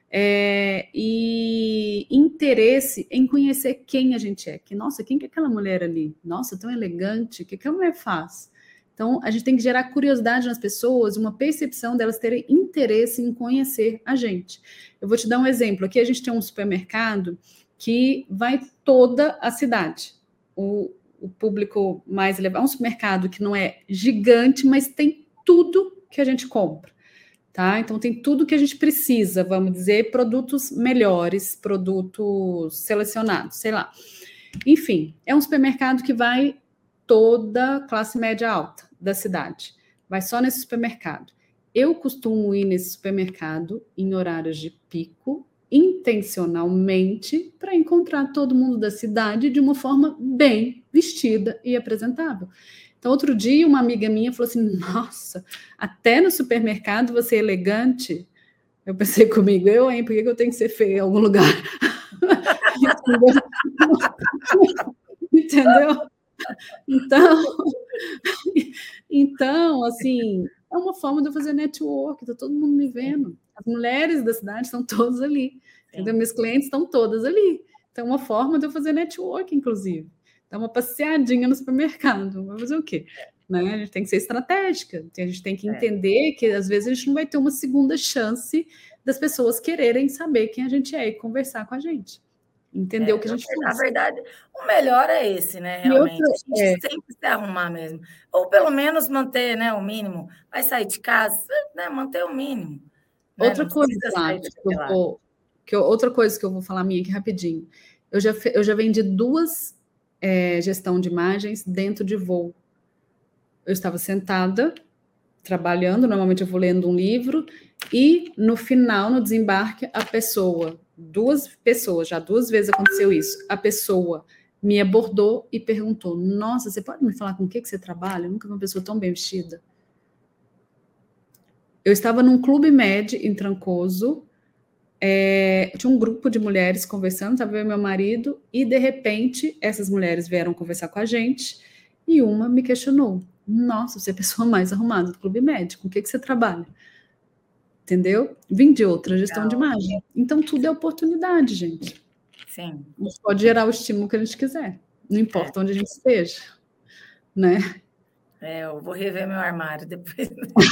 e interesse em conhecer quem a gente é. Que, nossa, quem que é aquela mulher ali? Nossa, tão elegante, o que aquela mulher faz? Então, a gente tem que gerar curiosidade nas pessoas, uma percepção delas terem interesse em conhecer a gente. Eu vou te dar um exemplo. Aqui a gente tem um supermercado que vai toda a cidade. O público mais elevado, um supermercado que não é gigante, mas tem tudo que a gente compra, tá? Então tem tudo que a gente precisa, vamos dizer, produtos melhores, produtos selecionados, sei lá. Enfim, é um supermercado que vai toda a classe média alta da cidade. Vai só nesse supermercado. Eu costumo ir nesse supermercado em horários de pico, intencionalmente, para encontrar todo mundo da cidade de uma forma bem vestida e apresentável. Então, outro dia, uma amiga minha falou assim, nossa, até no supermercado você é elegante. Eu pensei comigo, por que eu tenho que ser feia em algum lugar? Entendeu? Então, assim, é uma forma de eu fazer network, tá todo mundo me vendo. As mulheres da cidade estão todas ali, entendeu? Meus clientes estão todas ali. Então, é uma forma de eu fazer network, inclusive. Então, uma passeadinha no supermercado. Vai fazer o quê? Né? A gente tem que ser estratégica. A gente tem que entender que, às vezes, a gente não vai ter uma segunda chance das pessoas quererem saber quem a gente é e conversar com a gente. Entender o que a gente faz. Na verdade, o melhor é esse, né? Realmente. A gente sempre se arrumar mesmo. Ou pelo menos manter, né, o mínimo. Vai sair de casa, né, manter o mínimo. Outra coisa, outra coisa que eu vou falar minha aqui rapidinho. Eu já vendi 2 gestão de imagens dentro de voo. Eu estava sentada, trabalhando, normalmente eu vou lendo um livro, e no final, no desembarque, a pessoa, 2 pessoas, já 2 vezes aconteceu isso, a pessoa me abordou e perguntou, nossa, você pode me falar com o que você trabalha? Eu nunca vi uma pessoa tão bem vestida. Eu estava num clube med em Trancoso, tinha um grupo de mulheres conversando, estava eu e meu marido, e de repente essas mulheres vieram conversar com a gente, e uma me questionou, nossa, você é a pessoa mais arrumada do clube med, com o que você trabalha? Entendeu? Vim de outra gestão de imagem. Então, tudo é oportunidade, gente. Sim. A gente pode gerar o estímulo que a gente quiser. Não importa onde a gente esteja. Né? Eu vou rever meu armário depois.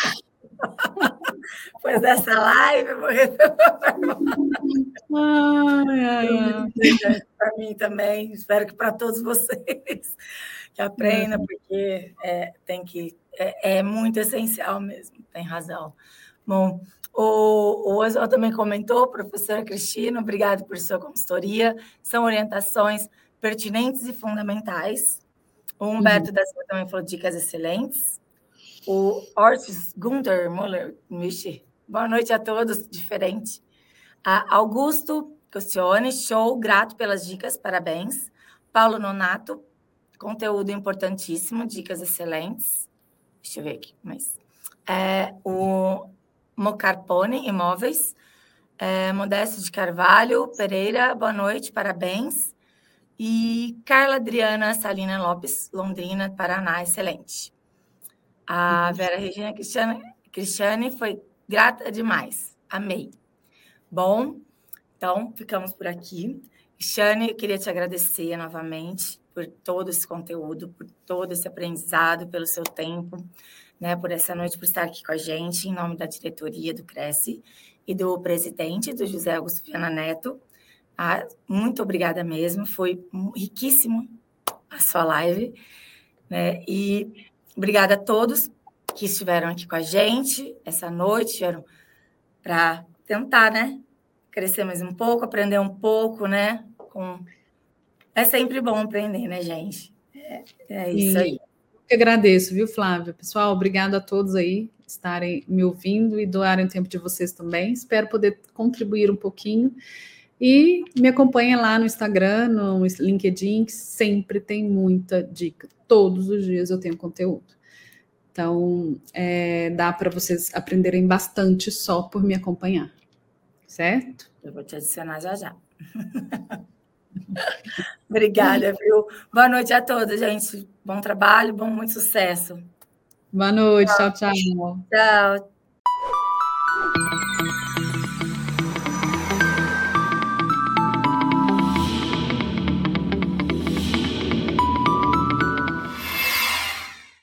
Depois dessa live, eu vou rever meu armário. Para mim também. Espero que para todos vocês que aprendam, porque é muito essencial mesmo. Tem razão. Bom, o Oswald também comentou, professora Cristina, obrigado por sua consultoria. São orientações pertinentes e fundamentais. O Humberto da Silva também falou dicas excelentes. O Ortiz Gunther Müller, boa noite a todos, diferente. Augusto Costione, show, grato pelas dicas, parabéns. Paulo Nonato, conteúdo importantíssimo, dicas excelentes. Deixa eu ver aqui, mas... o Mocarpone Imóveis, Modesto de Carvalho Pereira, boa noite, parabéns. E Carla Adriana Salina Lopes, Londrina, Paraná, excelente. A Vera Regina Cristiane foi grata demais, amei. Bom, então ficamos por aqui. Cristiane, eu queria te agradecer novamente por todo esse conteúdo, por todo esse aprendizado, pelo seu tempo, né, por essa noite, por estar aqui com a gente, em nome da diretoria do Cresce e do presidente, do José Augusto Viana Neto. Muito obrigada mesmo, foi riquíssimo a sua live, né, e obrigada a todos que estiveram aqui com a gente essa noite, estiveram para tentar, né? Crescer mais um pouco, aprender um pouco, né? É sempre bom aprender, né, gente? É isso aí. Eu que agradeço, viu, Flávia? Pessoal, obrigado a todos aí estarem me ouvindo e doarem o tempo de vocês também. Espero poder contribuir um pouquinho. E me acompanhem lá no Instagram, no LinkedIn, que sempre tem muita dica. Todos os dias eu tenho conteúdo. Então, dá para vocês aprenderem bastante só por me acompanhar. Certo? Eu vou te adicionar já já. Obrigada, viu? Boa noite a todos, gente. Bom trabalho, muito sucesso. Boa noite, tchau, tchau. Tchau.